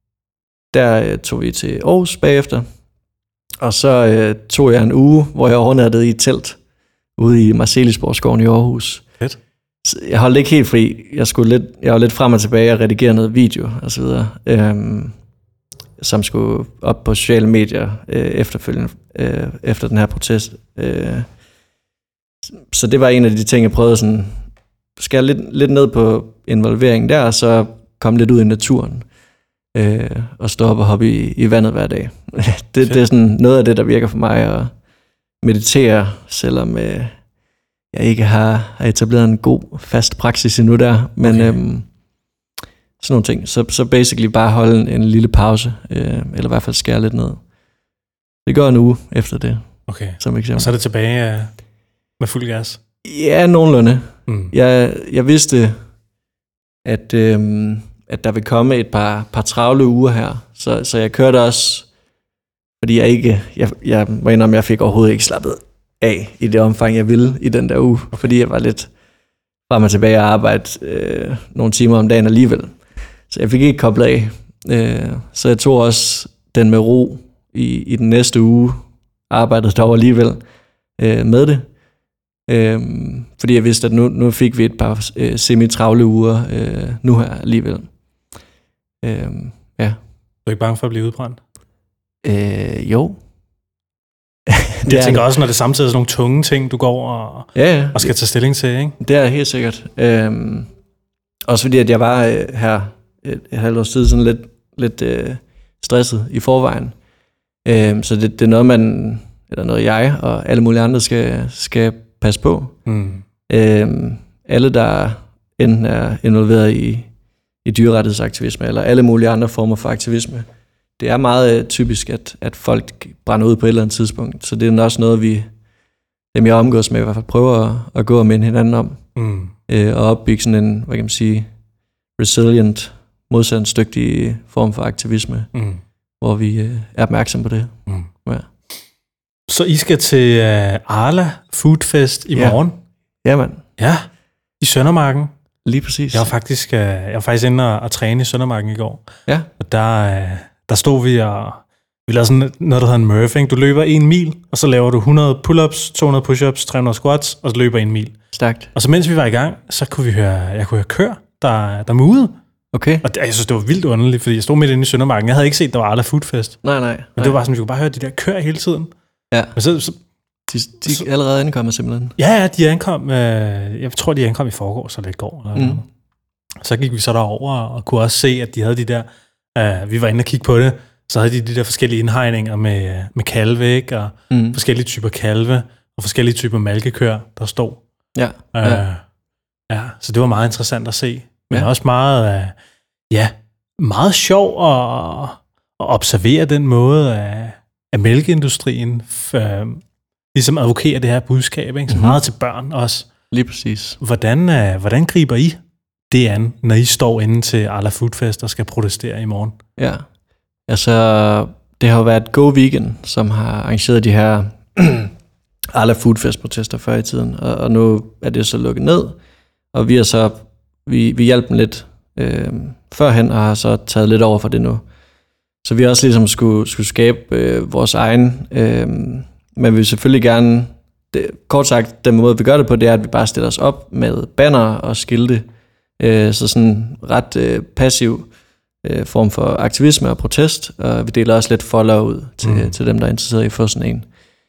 der tog vi til Aarhus bagefter, og så øh, tog jeg en uge, hvor jeg overnattede i et telt ude i Marselisborgskoven i Aarhus. Fedt. Så jeg holdt ikke helt fri. Jeg, skulle lidt, jeg var lidt frem og tilbage og redigere noget video og så videre, øhm, som skulle op på sociale medier øh, efterfølgende, øh, efter den her protest. Øh. Så det var en af de ting, jeg prøvede sådan, skære lidt, lidt ned på involveringen der, og så komme lidt ud i naturen. Øh, og stå op og hoppe i, i vandet hver dag. det, det er sådan noget af det, der virker for mig, at meditere, selvom øh, jeg ikke har, har etableret en god, fast praksis endnu der. Men okay. øhm, sådan nogle ting. Så, så basically bare holde en, en lille pause, øh, eller i hvert fald skære lidt ned. Det går en uge efter det. Okay, som eksempel. Og så er det tilbage øh, med fuld gas? Ja, nogenlunde. Mm. Jeg, jeg vidste, at... Øh, at der vil komme et par, par travle uger her. Så, så jeg kørte også, fordi jeg ikke, jeg, jeg må indrømme, jeg fik overhovedet ikke slappet af i det omfang, jeg ville i den der uge, fordi jeg var lidt frem og tilbage og arbejde øh, nogle timer om dagen alligevel. Så jeg fik ikke koblet af. Øh, så jeg tog også den med ro i, i den næste uge, arbejdede dog alligevel øh, med det. Øh, fordi jeg vidste, at nu, nu fik vi et par øh, semi-travle uger øh, nu her alligevel. Øhm, ja. Du er ikke bange for at blive udbrændt? Øh, jo. Jeg tænker også, når det samtidig er sådan nogle tunge ting, du går og, ja, ja. og skal tage stilling til, ikke? Det er helt sikkert. Øhm, også fordi, at jeg var øh, her et, et halvt års tid sådan lidt, lidt øh, stresset i forvejen. Øhm, så det, det er noget, man, eller noget jeg og alle mulige andre skal, skal passe på. Mm. Øhm, alle, der enten er involveret i i dyrrettighedsaktivisme, eller alle mulige andre former for aktivisme. Det er meget typisk, at, at folk brænder ud på et eller andet tidspunkt, så det er også noget, vi, dem jeg omgås med, i hvert fald prøver at, at gå og minde hinanden om, mm. øh, og opbygge sådan en, hvad kan man sige, resilient, modstandsdygtig form for aktivisme, mm. hvor vi øh, er opmærksom på det. Mm. Ja. Så I skal til uh, Arla Food Fest i ja. morgen? Ja, mand. Ja, i Søndermarken. Lige præcis. Jeg var faktisk, jeg var faktisk inde og, og træne i Søndermarken i går. Ja. Og der, der stod vi og... Vi lavede sådan noget, der hedder en Murph, ikke? Du løber en mil, og så laver du hundrede pull-ups, to hundrede push-ups, tre hundrede squats, og så løber en mil. Stærkt. Og så mens vi var i gang, så kunne vi høre... Jeg kunne høre køer, der, der mudede. Okay. Og det, jeg synes, det var vildt underligt, fordi jeg stod midt inde i Søndermarken. Jeg havde ikke set, der var Arla Food Fest. Nej, nej. Men det var bare sådan, vi kunne bare høre de der køer hele tiden. Ja. Men så, så, De, de er allerede ankommet simpelthen? Ja, ja, de ankom, øh, jeg tror, de ankom i forgår, så det går. Mm. Så gik vi så derover og kunne også se, at de havde de der, øh, vi var inde og kigge på det, så havde de de der forskellige indhegninger med, med kalve, ikke? Og mm. forskellige typer kalve, og forskellige typer malkekøer, der stod. Ja, øh, ja. ja. Så det var meget interessant at se. Men ja. også meget, øh, ja, meget sjov at, at observere den måde, at, at mælkeindustrien øh, ligesom advokerer det her budskab, ikke? Så mm-hmm. meget til børn også. Lige præcis. Hvordan, øh, hvordan griber I det an, når I står inde til Arla Foodfest og skal protestere i morgen? Ja, altså det har jo været Go Vegan, som har arrangeret de her Arla Foodfest-protester før i tiden, og, og nu er det så lukket ned, og vi har så, vi, vi hjalp dem lidt øh, førhen, og har så taget lidt over for det nu. Så vi har også ligesom skulle, skulle skabe øh, vores egen, øh, men vi vil selvfølgelig gerne, det, kort sagt, den måde vi gør det på, det er, at vi bare stiller os op med banner og skilte, øh, så sådan ret øh, passiv øh, form for aktivisme og protest, og vi deler også lidt follow ud til, mm. til dem, der er interesseret i at få sådan en.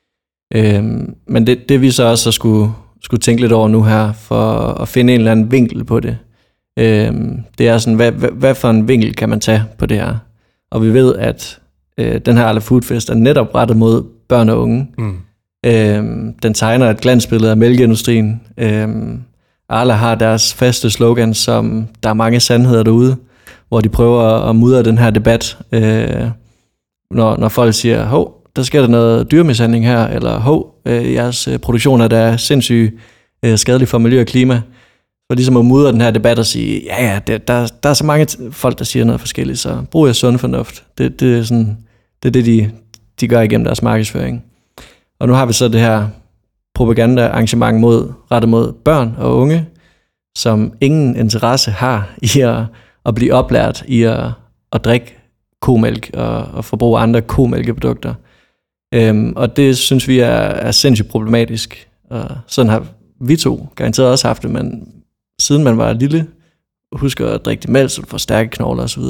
Øh, men det, det vi så også skulle, skulle tænke lidt over nu her, for at finde en eller anden vinkel på det, øh, det er sådan, hvad, hvad, hvad for en vinkel kan man tage på det her? Og vi ved, at øh, den her Arla Foodfest er netop rettet mod børn og unge. Mm. Øhm, den tegner et glansbillede af mælkeindustrien. Øhm, Arla har deres faste slogan, som der er mange sandheder derude, hvor de prøver at mudre den her debat. Øh, når, når folk siger, hov, der sker der noget dyremishandling her, eller hov, øh, jeres produktion er der sindssygt øh, skadelig for miljø og klima. For ligesom at mudre den her debat og sige, ja ja, der, der, der er så mange folk, der siger noget forskelligt, så brug jeg sund fornuft. Det, det, er, sådan, det er det, de, de gør igennem deres markedsføring. Og nu har vi så det her propaganda-arrangement mod, rettet mod børn og unge, som ingen interesse har i at, at blive oplært i at, at drikke komælk og, og forbruge andre komælkeprodukter. Øhm, og det synes vi er, er sindssygt problematisk. Og sådan har vi to garanteret også haft det, men siden man var lille, husker at drikke det mælk, så du får stærke knogler osv.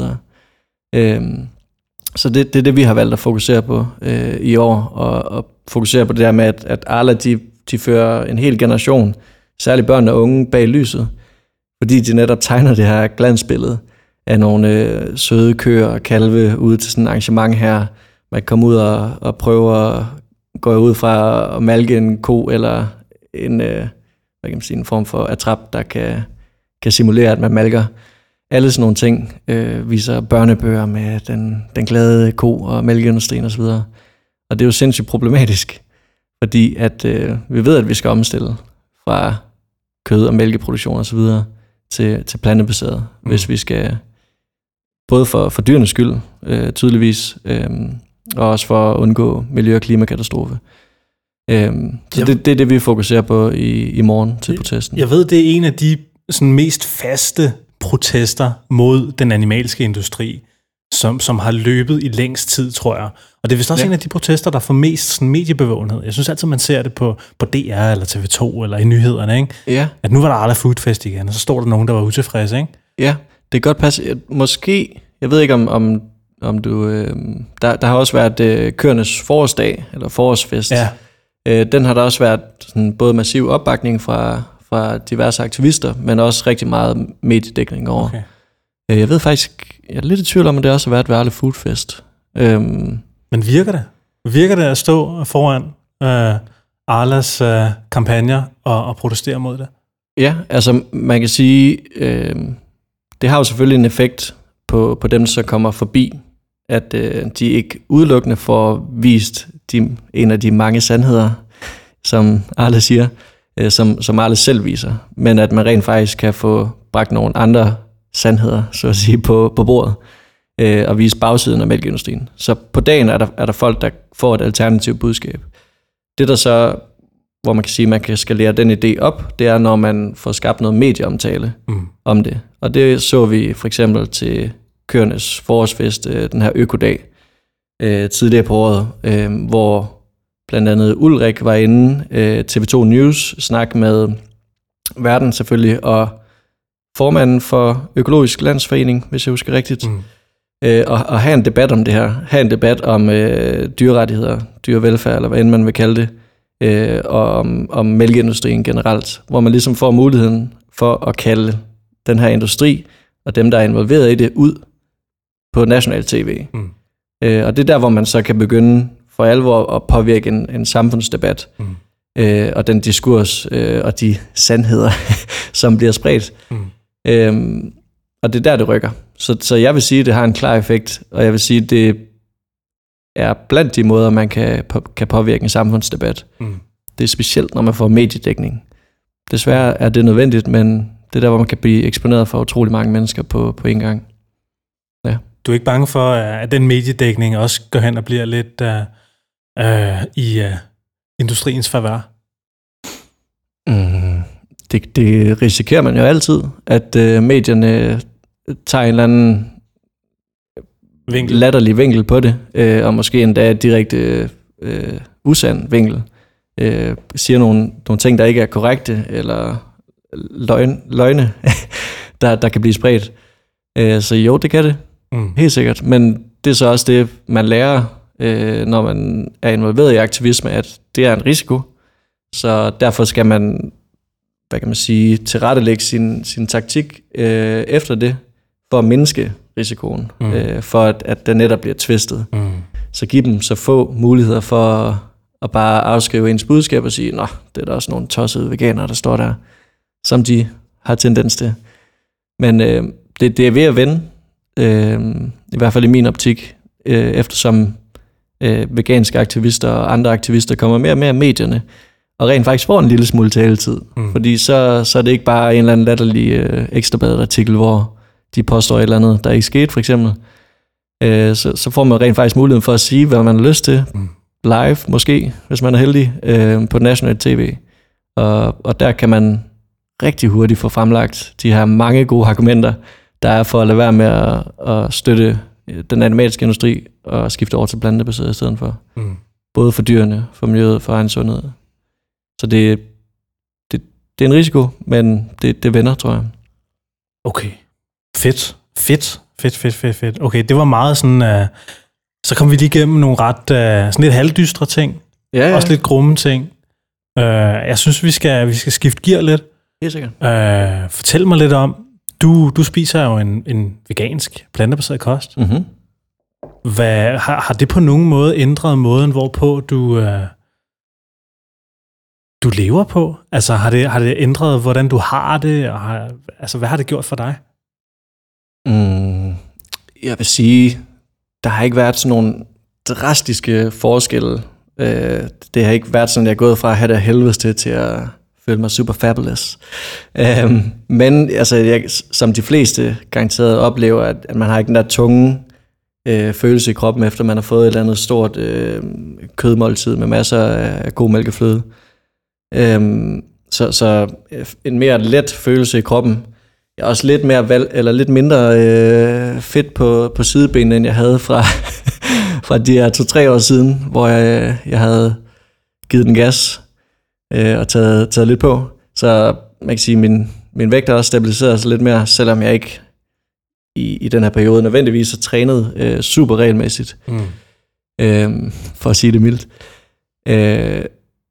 Øhm, så det, det er det, vi har valgt at fokusere på øh, i år, og, og fokusere på det der med, at, at Arla, de, de fører en hel generation, særligt børn og unge, bag lyset, fordi de netop tegner det her glansbillede af nogle øh, søde køer og kalve ude til sådan et arrangement her. Man kan komme ud og, og prøve at gå ud fra at malke en ko, eller en, øh, hvad kan man sige, en form for atrap, der kan, kan simulere, at man malker. Alle sådan nogle ting øh, viser børnebøger med den, den glade ko og mælkeindustrien osv. Og det er jo sindssygt problematisk, fordi at, øh, vi ved, at vi skal omstille fra kød- og mælkeproduktion osv. til, til plantebaseret, mm. hvis vi skal, både for, for dyrenes skyld, øh, tydeligvis, øh, og også for at undgå miljø- og klimakatastrofe. Øh, så jeg, det, det er det, vi fokuserer på i, i morgen til protesten. Jeg ved, det er en af de sådan, mest faste protester mod den animalske industri, som, som har løbet i længst tid, tror jeg. Og det er vist også ja. en af de protester, der får mest sådan, mediebevågenhed. Jeg synes altid, man ser det på, på D R eller T V to eller i nyhederne, ikke? Ja. At nu var der Arla Foodfest igen, og så stod der nogen, der var utilfredse, ikke? Ja, det kan godt passe. Måske, jeg ved ikke om, om, om du... Øh, der, der har også været øh, køernes forårsdag, eller forårsfest. Ja. Øh, den har der også været sådan, både massiv opbakning fra, fra diverse aktivister, men også rigtig meget mediedækning over. Okay. Øh, jeg ved faktisk, jeg er lidt i tvivl om, at det også har været ved Arla Foodfest. Øhm, Men virker det? Virker det at stå foran øh, Arlas øh, kampagner og, og protestere mod det? Ja, altså man kan sige, øh, det har jo selvfølgelig en effekt på, på dem, der kommer forbi, at øh, de ikke udelukkende får vist de, en af de mange sandheder, som Arla siger, øh, som, som Arla selv viser, men at man rent faktisk kan få bragt nogle andre sandheder, så at sige, på, på bordet, øh, og vise bagsiden af mælkeindustrien. Så på dagen er der, er der folk, der får et alternativt budskab. Det der så, hvor man kan sige, at man kan skalere den idé op, det er, når man får skabt noget medieomtale mm. om det. Og det så vi for eksempel til køernes forårsfest, øh, den her økodag, øh, tidligere på året, øh, hvor blandt andet Ulrik var inde, øh, T V to News, snak med Verden selvfølgelig, og formanden for Økologisk Landsforening, hvis jeg husker rigtigt, mm. øh, og, og have en debat om det her, have en debat om øh, dyrerettigheder, dyrevelfærd, eller hvad end man vil kalde det, øh, og om, om mælkeindustrien generelt, hvor man ligesom får muligheden for at kalde den her industri og dem, der er involveret i det, ud på national tv. Mm. Øh, og det er der, hvor man så kan begynde for alvor at påvirke en, en samfundsdebat, mm. øh, og den diskurs øh, og de sandheder, som bliver spredt. Mm. Øh, og det er der, det rykker. Så, så jeg vil sige, at det har en klar effekt, og jeg vil sige, at det er blandt de måder, man kan, på, kan påvirke en samfundsdebat. Mm. Det er specielt, når man får mediedækning. Desværre er det nødvendigt, men det er der, hvor man kan blive eksponeret for utrolig mange mennesker på, på en gang. Ja. Du er ikke bange for, at den mediedækning også går hen og bliver lidt uh, uh, i uh, industriens favør? Mm, det, det risikerer man jo altid, at uh, medierne tager en eller anden vinkel. latterlig vinkel på det, uh, og måske endda et direkte uh, usand vinkel. Uh, siger nogle, nogle ting, der ikke er korrekte, eller løgne, løgne der, der kan blive spredt. Uh, så jo, det kan det. Mm. Helt sikkert. Men det er så også det, man lærer, uh, når man er involveret i aktivisme, at det er en risiko. Så derfor skal man, hvad kan man sige, tilrettelægge sin, sin taktik uh, efter det, for at mindske risikoen, mm. uh, for at, at den netop bliver twistet. Mm. Så giv dem så få muligheder for at bare afskrive ens budskab og sige, nå, det er der også nogle tossede veganere, der står der, som de har tendens til. Men øh, det, det er ved at vende, øh, i hvert fald i min optik, øh, eftersom øh, veganske aktivister og andre aktivister kommer mere og mere i medierne, og rent faktisk får en lille smule taletid. Mm. Fordi så, så er det ikke bare en eller anden latterlig øh, ekstrabladet-artikel, hvor de påstår et eller andet, der ikke skete, for eksempel. Øh, så, så får man rent faktisk muligheden for at sige, hvad man har lyst til, mm. live måske, hvis man er heldig, øh, på national tv. Og, og der kan man rigtig hurtigt få fremlagt de her mange gode argumenter, der er for at lade være med at, at støtte den animalske industri og skifte over til plantebaseret i stedet for. Mm. Både for dyrene, for miljøet, for egen sundhed. Så det, det, det er en risiko, men det, det vender, tror jeg. Okay. Fedt. Fedt. Fedt, fedt, fedt, fedt. Okay, det var meget sådan... Uh, så kom vi lige igennem nogle ret... Uh, sådan lidt halvdystre ting. Ja, ja. Også lidt grumme ting. Uh, jeg synes, vi skal, vi skal skifte gear lidt. Helt sikkert. Uh, fortæl mig lidt om... Du, du spiser jo en, en vegansk, plantebaseret kost. Mm-hmm. Hvad, har, har det på nogen måde ændret måden, hvorpå du, uh, du lever på? Altså, har det, har det ændret, hvordan du har det? Og har, altså, hvad har det gjort for dig? Mm, jeg vil sige, der har ikke været sådan nogle drastiske forskelle. Øh, det har ikke været sådan, at jeg er gået fra at have det helvedes til, til at føle mig super fabulous. Øh, men altså, jeg, som de fleste garanteret oplever, at, at man har ikke den der tunge øh, følelse i kroppen, efter man har fået et eller andet stort øh, kødmåltid med masser af god mælkefløde. Øh, så, så en mere let følelse i kroppen. Jeg er også lidt mere valg, eller lidt mindre øh, fedt på, på sidebenene, end jeg havde fra, fra de her to-tre år siden, hvor jeg, jeg havde givet den gas øh, og taget, taget lidt på. Så man kan sige, at min, min vægt har også stabiliseret sig lidt mere, selvom jeg ikke i, i den her periode nødvendigvis har trænet øh, super regelmæssigt, mm. øh, for at sige det mildt. Øh,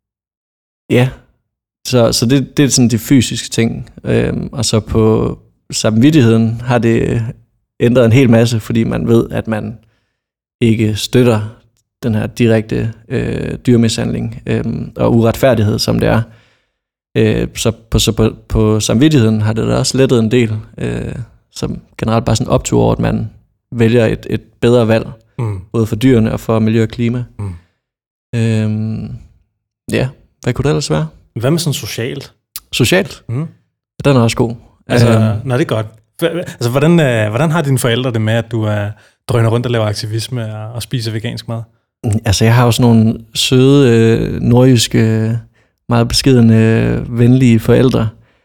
ja, Så, så det, det er sådan de fysiske ting. Øhm, og så på samvittigheden har det ændret en hel masse, fordi man ved, at man ikke støtter den her direkte øh, dyrmishandling øh, og uretfærdighed, som det er. Øh, så på, så på, på samvittigheden har det da også lettet en del, øh, som generelt bare sådan optur over, at man vælger et, et bedre valg, mm. både for dyrene og for miljø og klima. Mm. Øh, ja, hvad kunne det ellers være? Hvad med sådan socialt? Socialt? Mm. Den er også god. Altså, um, nej, det er godt. Altså, hvordan, øh, hvordan har dine forældre det med, at du øh, drøner rundt og laver aktivisme og, og spiser vegansk mad? Altså, jeg har jo sådan nogle søde, øh, nordjyske, meget beskedne, venlige forældre.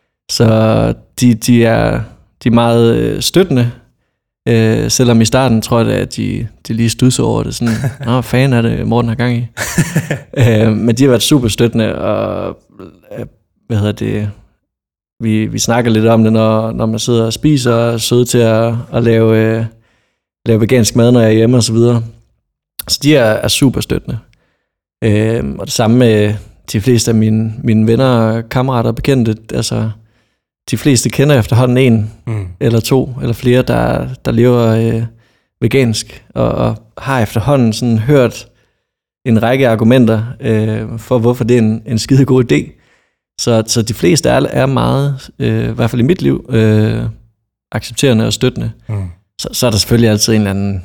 Så de, de, er, de er meget øh, støttende. Øh, selvom i starten tror jeg, at de, de lige studser over det. Sådan, nå, hvad fanden er det, Morten har gang i? øh, men de har været super støttende, og øh, hvad hedder det, vi, vi snakker lidt om det, når, når man sidder og spiser, og er søde til at, at lave, øh, lave vegansk mad, når jeg er hjemme og så videre. Så de er, er super støttende. Øh, og det samme med de fleste af mine, mine venner, kammerater og bekendte, altså de fleste kender efterhånden en mm. eller to eller flere, der, der lever øh, vegansk, og, og har efterhånden sådan hørt en række argumenter øh, for, hvorfor det er en, en skide god idé. Så, så de fleste er, er meget, øh, i hvert fald i mit liv, øh, accepterende og støttende. Mm. Så, så er der selvfølgelig altid en eller anden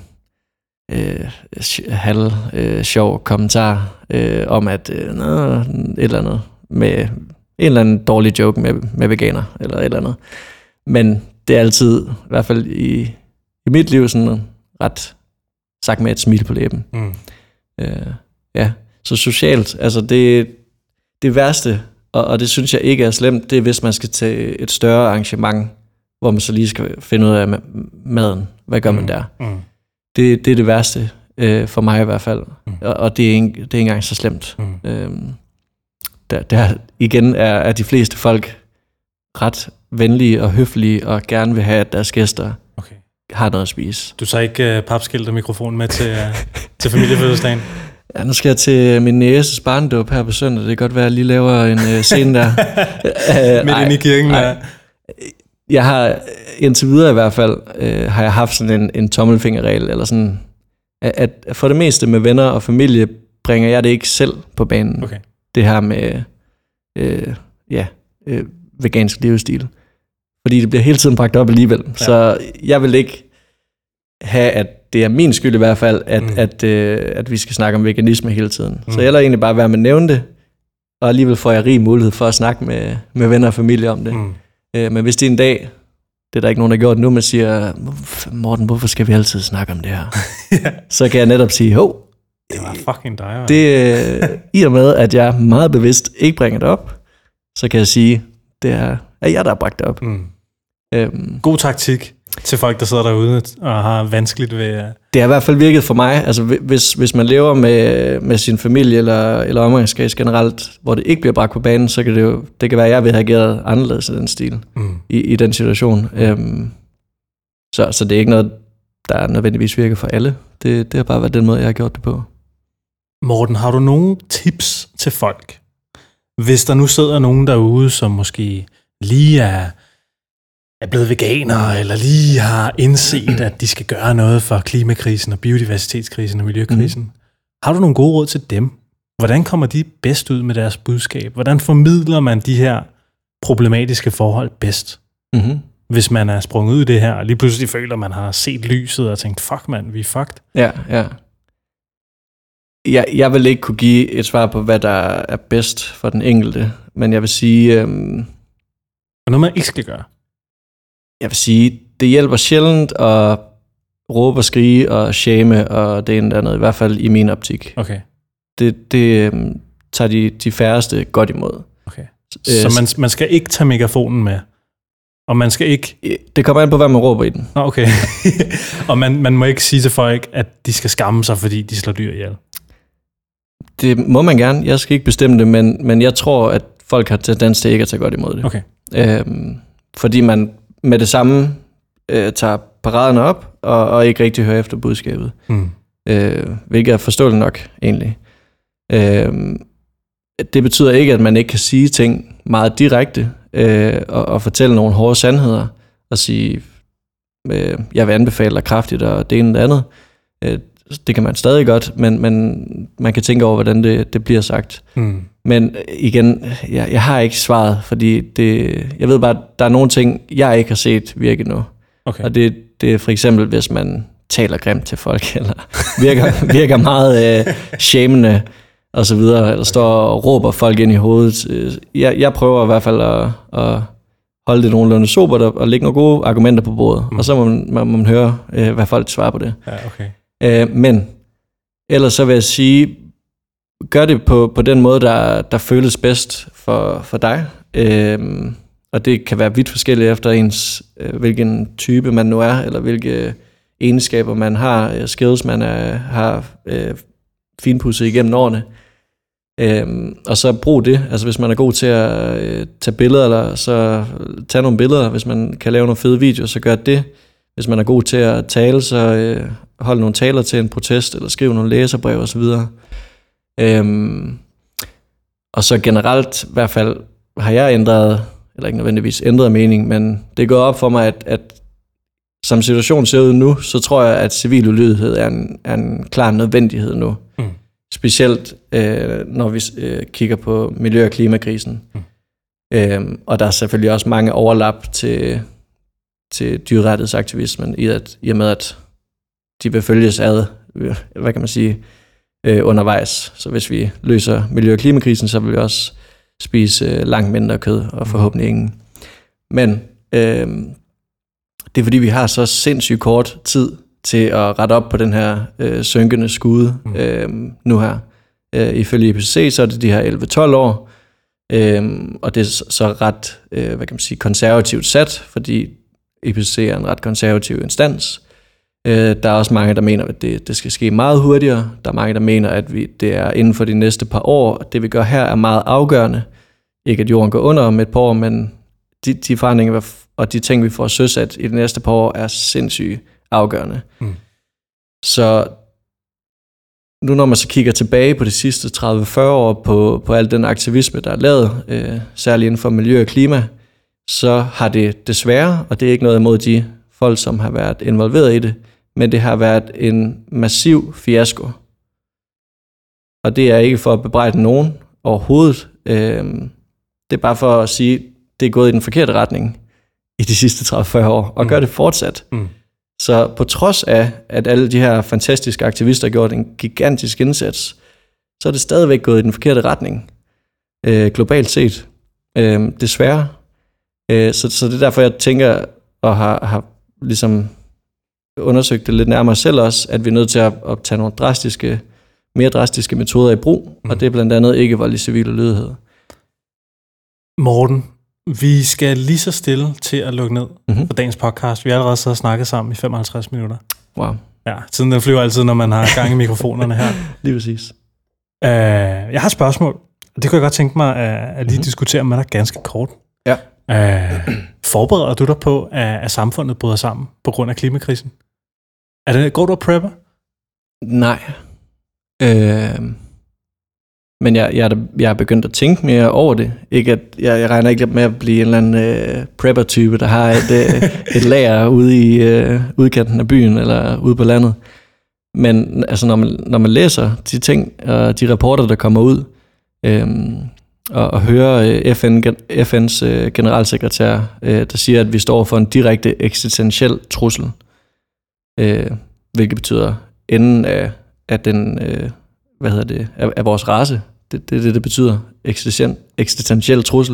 øh, halv øh, sjov kommentar øh, om, at øh, nå, et eller andet med en eller anden dårlig joke med, med veganer, eller et eller andet. Men det er altid, i hvert fald i, i mit liv, sådan ret sagt med et smil på læben. Mm. Øh, ja, så socialt, altså det, det værste, og, og det synes jeg ikke er slemt, det er, hvis man skal til et større arrangement, hvor man så lige skal finde ud af maden. Hvad gør mm. man der? Mm. Det, det er det værste, øh, for mig i hvert fald. Mm. Og, og det, er ikke, det er ikke engang så slemt. Mm. Øhm, der, der igen er, er de fleste folk ret venlige og høflige, og gerne vil have, at deres gæster okay. har noget at spise. Du tager ikke uh, papskilt og mikrofon med til, uh, til familiefødselsdagen? Ja, nu skal jeg til min næses barndåb her på søndag. Det kan godt være, at jeg lige laver en uh, scene der. Midt inde i kirken der. Jeg har indtil videre i hvert fald, øh, har jeg haft sådan en, en tommelfingerregel, eller sådan, at, at for det meste med venner og familie, bringer jeg det ikke selv på banen. Okay. Det her med øh, ja, øh, vegansk livsstil. Fordi det bliver hele tiden bragt op alligevel. Ja. Så jeg vil ikke have, at det er min skyld i hvert fald, at, mm. at, øh, at vi skal snakke om veganisme hele tiden. Mm. Så jeg lader egentlig bare være med at nævne det, og alligevel får jeg rig mulighed for at snakke med, med venner og familie om det. Mm. Øh, men hvis det er en dag, det er der ikke nogen, der har gjort nu, man siger, Morten, hvorfor skal vi altid snakke om det her? ja. Så kan jeg netop sige, hov, det var fucking dig, man. Det, i og med, at jeg meget bevidst ikke bringer det op, så kan jeg sige, det er, er jeg, der har bragt det op. Mm. Øhm, God taktik til folk, der sidder derude og har vanskeligt ved... Det har i hvert fald virket for mig. Altså, hvis, hvis man lever med, med sin familie eller, eller omgangskreds generelt, hvor det ikke bliver bragt på banen, så kan det jo... Det kan være, at jeg vil have ageret anderledes i den stil, mm. i, i den situation. Øhm, så, så det er ikke noget, der nødvendigvis virker for alle. Det, det har bare været den måde, jeg har gjort det på. Morten, har du nogle tips til folk? Hvis der nu sidder nogen derude, som måske lige er... er blevet veganer, eller lige har indset, at de skal gøre noget for klimakrisen og biodiversitetskrisen og miljøkrisen. Mm. Har du nogle gode råd til dem? Hvordan kommer de bedst ud med deres budskab? Hvordan formidler man de her problematiske forhold bedst? Mm-hmm. Hvis man er sprunget ud i det her, og lige pludselig føler, at man har set lyset og tænkt, fuck mand, vi er fucked. Ja, ja. Jeg, jeg vil ikke kunne give et svar på, hvad der er bedst for den enkelte, men jeg vil sige... Øhm, og noget, man ikke skal gøre. Jeg vil sige, det hjælper sjældent at råbe og skrige og shame og det ene eller andet, i hvert fald i min optik. Okay. Det, det um, tager de, de færreste godt imod. Okay. Så øh, man, man skal ikke tage megafonen med? Og man skal ikke... Det kommer an på, hvad man råber i den. Nå, okay. Og man, man må ikke sige til folk, at de skal skamme sig, fordi de slår dyr ihjel? Det må man gerne. Jeg skal ikke bestemme det, men, men jeg tror, at folk har tendens til ikke at tage godt imod det. Okay. Øhm, fordi man med det samme øh, tager paraderne op, og, og ikke rigtig hører efter budskabet. Mm. Øh, hvilket er forståeligt nok, egentlig. Øh, det betyder ikke, at man ikke kan sige ting meget direkte, øh, og, og fortælle nogle hårde sandheder, og sige, øh, jeg vil anbefale dig kraftigt, og det ene og det andet. Øh, det kan man stadig godt, men, men man kan tænke over, hvordan det, det bliver sagt. Mm. Men igen, jeg, jeg har ikke svaret, fordi det, jeg ved bare, at der er nogle ting, jeg ikke har set virke nu. Okay. Og det, det er for eksempel, hvis man taler grimt til folk, eller virker, virker meget øh, shamende, og så videre, eller står og råber folk ind i hovedet. Jeg, jeg prøver i hvert fald at, at holde det nogenlunde sobert, og lægge nogle gode argumenter på bordet, mm. og så må man, må man høre, øh, hvad folk svarer på det. Ja, okay. Øh, men ellers så vil jeg sige, gør det på, på den måde, der, der føles bedst for, for dig. Øhm, og det kan være vidt forskelligt efter ens, øh, hvilken type man nu er, eller hvilke egenskaber man har, øh, skills man er, har øh, finpudset igennem årene. Øhm, og så brug det. Altså hvis man er god til at øh, tage billeder, eller så tage nogle billeder. Hvis man kan lave nogle fede videoer, så gør det. Hvis man er god til at tale, så øh, hold nogle taler til en protest, eller skriv nogle læserbrev osv. Øhm, og så generelt, i hvert fald har jeg ændret, eller ikke nødvendigvis ændret mening, men det er gået op for mig, at, at som situationen ser ud nu, så tror jeg, at civil ulydighed er en, er en klar nødvendighed nu. Mm. Specielt øh, når vi øh, kigger på miljø- og klimakrisen. Mm. Øhm, og der er selvfølgelig også mange overlap til, til dyrerettighedsaktivismen, i, at, i og med, at de vil følges ad, hvad kan man sige, øh, undervejs. Så hvis vi løser miljø- og klimakrisen, så vil vi også spise øh, langt mindre kød, og forhåbentlig ingen. Men øh, det er fordi, vi har så sindssygt kort tid til at rette op på den her øh, synkende skude mm. øh, nu her. Øh, ifølge I P C C, så er det de her elleve tolv år, øh, og det er så ret, øh, hvad kan man sige, konservativt sat, fordi I P C C er en ret konservativ instans. Øh, der er også mange, der mener, at det, det skal ske meget hurtigere. Der er mange, der mener, at vi, det er inden for de næste par år. Det vi gør her er meget afgørende. Ikke at jorden går under om et par år, men de, de forandringer og de ting, vi får søsat i de næste par år, er sindssygt afgørende. Mm. Så nu når man så kigger tilbage på de sidste tredive til fyrre år på, på al den aktivisme, der er lavet, øh, særligt inden for miljø og klima, så har det desværre, og det er ikke noget imod de folk, som har været involveret i det, men det har været en massiv fiasko. Og det er ikke for at bebrejde nogen overhovedet. Øh, det er bare for at sige, at det er gået i den forkerte retning i de sidste tredive til fyrre år, og mm. gør det fortsat. Mm. Så på trods af, at alle de her fantastiske aktivister har gjort en gigantisk indsats, så er det stadigvæk gået i den forkerte retning, øh, globalt set. Øh, desværre. Øh, så, så det er derfor, jeg tænker, og har, har ligesom undersøgt det lidt nærmere selv også, at vi er nødt til at, at tage nogle drastiske, mere drastiske metoder i brug, mm. og det er blandt andet ikke voldelig civil ulydighed. Morten, vi skal lige så stille til at lukke ned mm-hmm. på dagens podcast. Vi har allerede så snakket sammen i femoghalvtreds minutter. Wow. Ja, tiden den flyver altid, når man har gang i mikrofonerne her. Lige præcis. Uh, jeg har et spørgsmål. Det kunne jeg godt tænke mig at, at lige mm-hmm. diskutere med dig ganske kort. Ja. Uh, forbereder du dig på, at, at samfundet bryder sammen på grund af klimakrisen? Er det, går du og prepper? Nej. Øh... Men jeg, jeg, er, jeg er begyndt at tænke mere over det. Ikke at, jeg, jeg regner ikke med at blive en eller anden øh, prepper-type, der har et, øh, et lager ude i øh, udkanten af byen eller ude på landet. Men altså, når, man, når man læser de ting og de rapporter, der kommer ud, øh, og, og hører øh, F N, F N's øh, generalsekretær, øh, der siger, at vi står for en direkte eksistentiel trussel, øh, hvilket betyder enden af, af den... Øh, hvad hedder det, af, af vores race. Det er det, det, det betyder. Eksisten, eksistentiel trussel.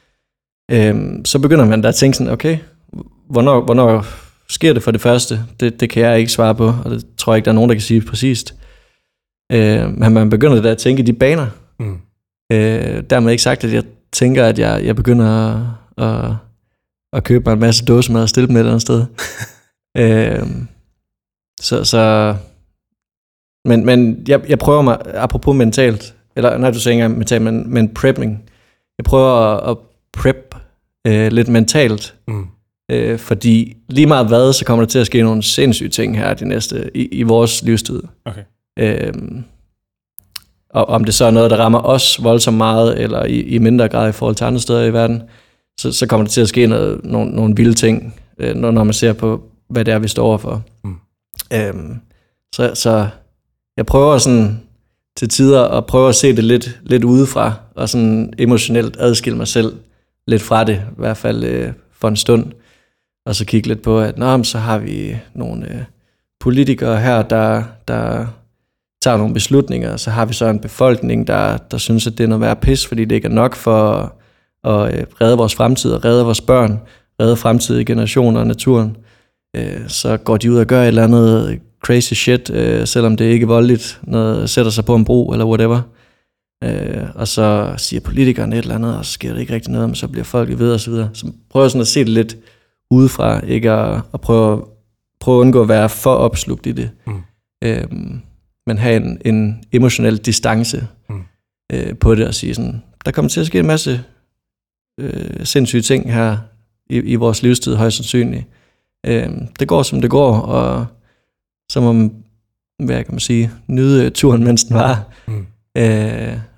Øhm, så begynder man da at tænke sådan, okay, hvornår, hvornår sker det for det første? Det, det kan jeg ikke svare på, og det tror jeg ikke, der er nogen, der kan sige præcist. Øh, men man begynder da at tænke i de baner. Mm. Øh, dermed ikke sagt, at jeg tænker, at jeg, jeg begynder at, at, at købe mig en masse dåsemad og stille dem et eller andet sted. øh, så... så Men, men jeg, jeg prøver mig, apropos mentalt, eller nej, du siger ikke mentalt, men, men prepping. Jeg prøver at, at prep øh, lidt mentalt, mm. øh, fordi lige meget hvad, så kommer der til at ske nogle sindssyge ting her de næste, i, i vores livstid. Okay. Øh, og om det så er noget, der rammer os voldsomt meget, eller i, i mindre grad i forhold til andre steder i verden, så, så kommer der til at ske noget, nogle, nogle vilde ting, øh, når man ser på, hvad det er, vi står overfor. Mm. Øh, så... så Jeg prøver sådan til tider at prøve at se det lidt, lidt udefra, og sådan emotionelt adskille mig selv lidt fra det, i hvert fald øh, for en stund. Og så kigge lidt på, at nå, så har vi nogle øh, politikere her, der, der tager nogle beslutninger, og så har vi så en befolkning, der, der synes, at det er noget værd pis, fordi det ikke er nok for at øh, redde vores fremtid, og redde vores børn, redde fremtidige generationer og naturen. Øh, så går de ud og gør et eller andet crazy shit, øh, selvom det ikke er voldeligt, noget sætter sig på en bro eller whatever. Øh, og så siger politikerne et eller andet, og så sker det ikke rigtig noget, men så bliver folk ved og så videre. Så prøver sådan at se det lidt udefra, ikke at, at prøve, prøve at undgå at være for opslugt i det. Mm. Øh, men have en, en emotionel distance mm. øh, på det, og sige sådan, der kommer til at ske en masse øh, sindssyge ting her i, i vores livstid, højst sandsynligt. Øh, det går, som det går, og så må man, hvad kan man sige, nyde turen, mens den var. Mm. Øh,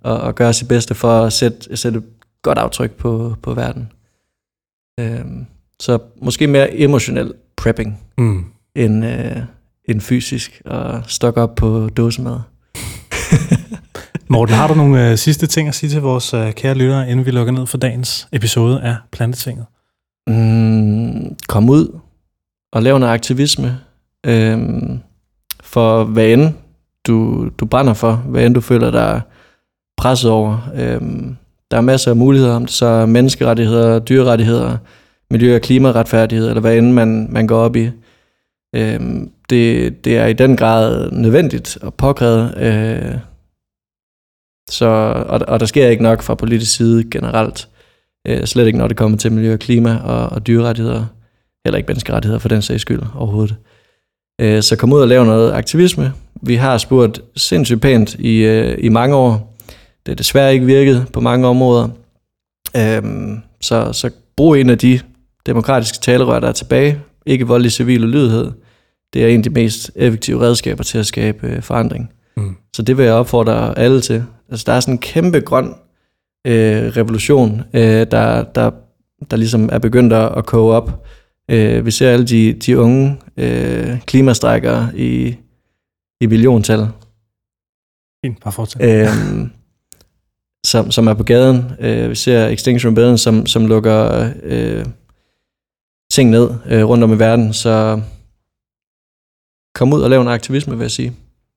og, og gøre sit bedste for at sætte, sætte et godt aftryk på, på verden. Øhm, så måske mere emotionel prepping, mm. end, øh, end fysisk, og stokke op på dåsemad. Morten, har du nogle øh, sidste ting at sige til vores øh, kære lyttere, inden vi lukker ned for dagens episode af Plantetinget? Mm, kom ud og lav noget aktivisme. Øhm, for hvad end du, du brænder for, hvad end du føler dig presset over. Øhm, der er masser af muligheder, om det så er menneskerettigheder, dyrerettigheder, miljø- og klimaretfærdighed, eller hvad end man, man går op i. Øhm, det, det er i den grad nødvendigt og påkrævet. Øh, så, og, og der sker ikke nok fra politisk side generelt. Øh, slet ikke når det kommer til miljø og klima og, og dyrerettigheder. Heller ikke menneskerettigheder for den sags skyld overhovedet. Øh, så kom ud og lave noget aktivisme. Vi har spurgt sindssygt pænt i, øh, i mange år. Det er desværre ikke virket på mange områder. Øh, så, så brug en af de demokratiske talerør, der er tilbage. Ikke voldelig civil ulydighed. Det er en af de mest effektive redskaber til at skabe øh, forandring. Mm. Så det vil jeg opfordre alle til. Altså, der er sådan en kæmpe grøn øh, revolution, øh, der, der, der ligesom er begyndt at koge op. Øh, vi ser alle de, de unge øh, klimastrækkere i, i milliontal. Fint, bare fortsæt. Øh, som, som er på gaden. Øh, vi ser Extinction Rebellion, som, som lukker øh, ting ned øh, rundt om i verden. Så kom ud og lav en aktivisme, vil jeg sige.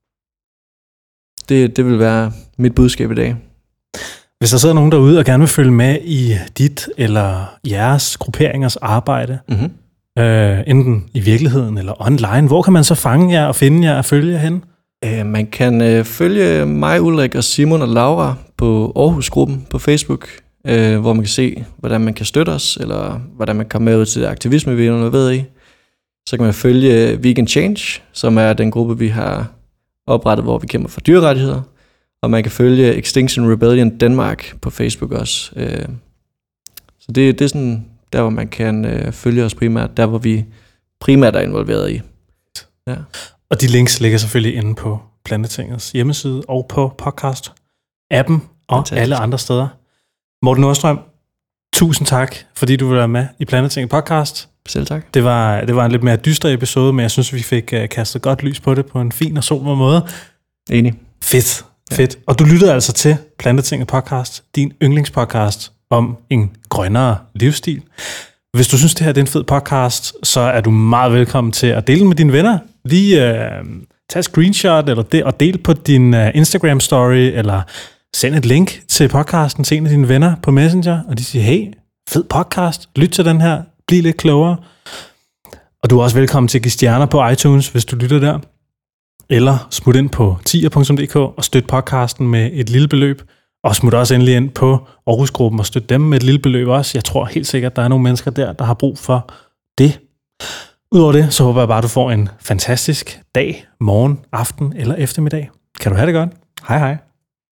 Det, det vil være mit budskab i dag. Hvis der sidder nogen derude og gerne vil følge med i dit eller jeres grupperingers arbejde, mm-hmm. øh, enten i virkeligheden eller online, hvor kan man så fange jer og finde jer og følge jer hen? Øh, man kan øh, følge mig, Ulrik og Simon og Laura på Aarhus-gruppen på Facebook, øh, hvor man kan se, hvordan man kan støtte os, eller hvordan man kan komme med ud til aktivisme, vi er noget ved i. Så kan man følge Vegan Change, som er den gruppe, vi har oprettet, hvor vi kæmper for dyrerettigheder. Og man kan følge Extinction Rebellion Danmark på Facebook også. Så det, det er sådan der, hvor man kan følge os primært, der hvor vi primært er involveret i. Ja. Og de links ligger selvfølgelig inde på Plantetingets hjemmeside og på podcast-appen og Fantastisk. Alle andre steder. Morten Nordstrøm, tusind tak, fordi du ville være med i Plantetinget podcast. Selv tak. Det var, det var en lidt mere dyster episode, men jeg synes, vi fik uh, kastet godt lys på det på en fin og sober måde. Enig. Fedt. Fedt. Og du lyttede altså til Plantetinget podcast, din yndlingspodcast om en grønnere livsstil. Hvis du synes, det her er en fed podcast, så er du meget velkommen til at dele med dine venner. Lige øh, tag et screenshot eller det, og del på din øh, Instagram story, eller send et link til podcasten til en af dine venner på Messenger, og de siger, hey, fed podcast, lyt til den her, bliv lidt klogere. Og du er også velkommen til at give stjerner på iTunes, hvis du lytter der. Eller smut ind på tier punktum d k og støt podcasten med et lille beløb. Og smut også endelig ind på Aarhus-gruppen og støt dem med et lille beløb også. Jeg tror helt sikkert, der er nogle mennesker der, der har brug for det. Udover det, så håber jeg bare, at du får en fantastisk dag, morgen, aften eller eftermiddag. Kan du have det godt? Hej hej.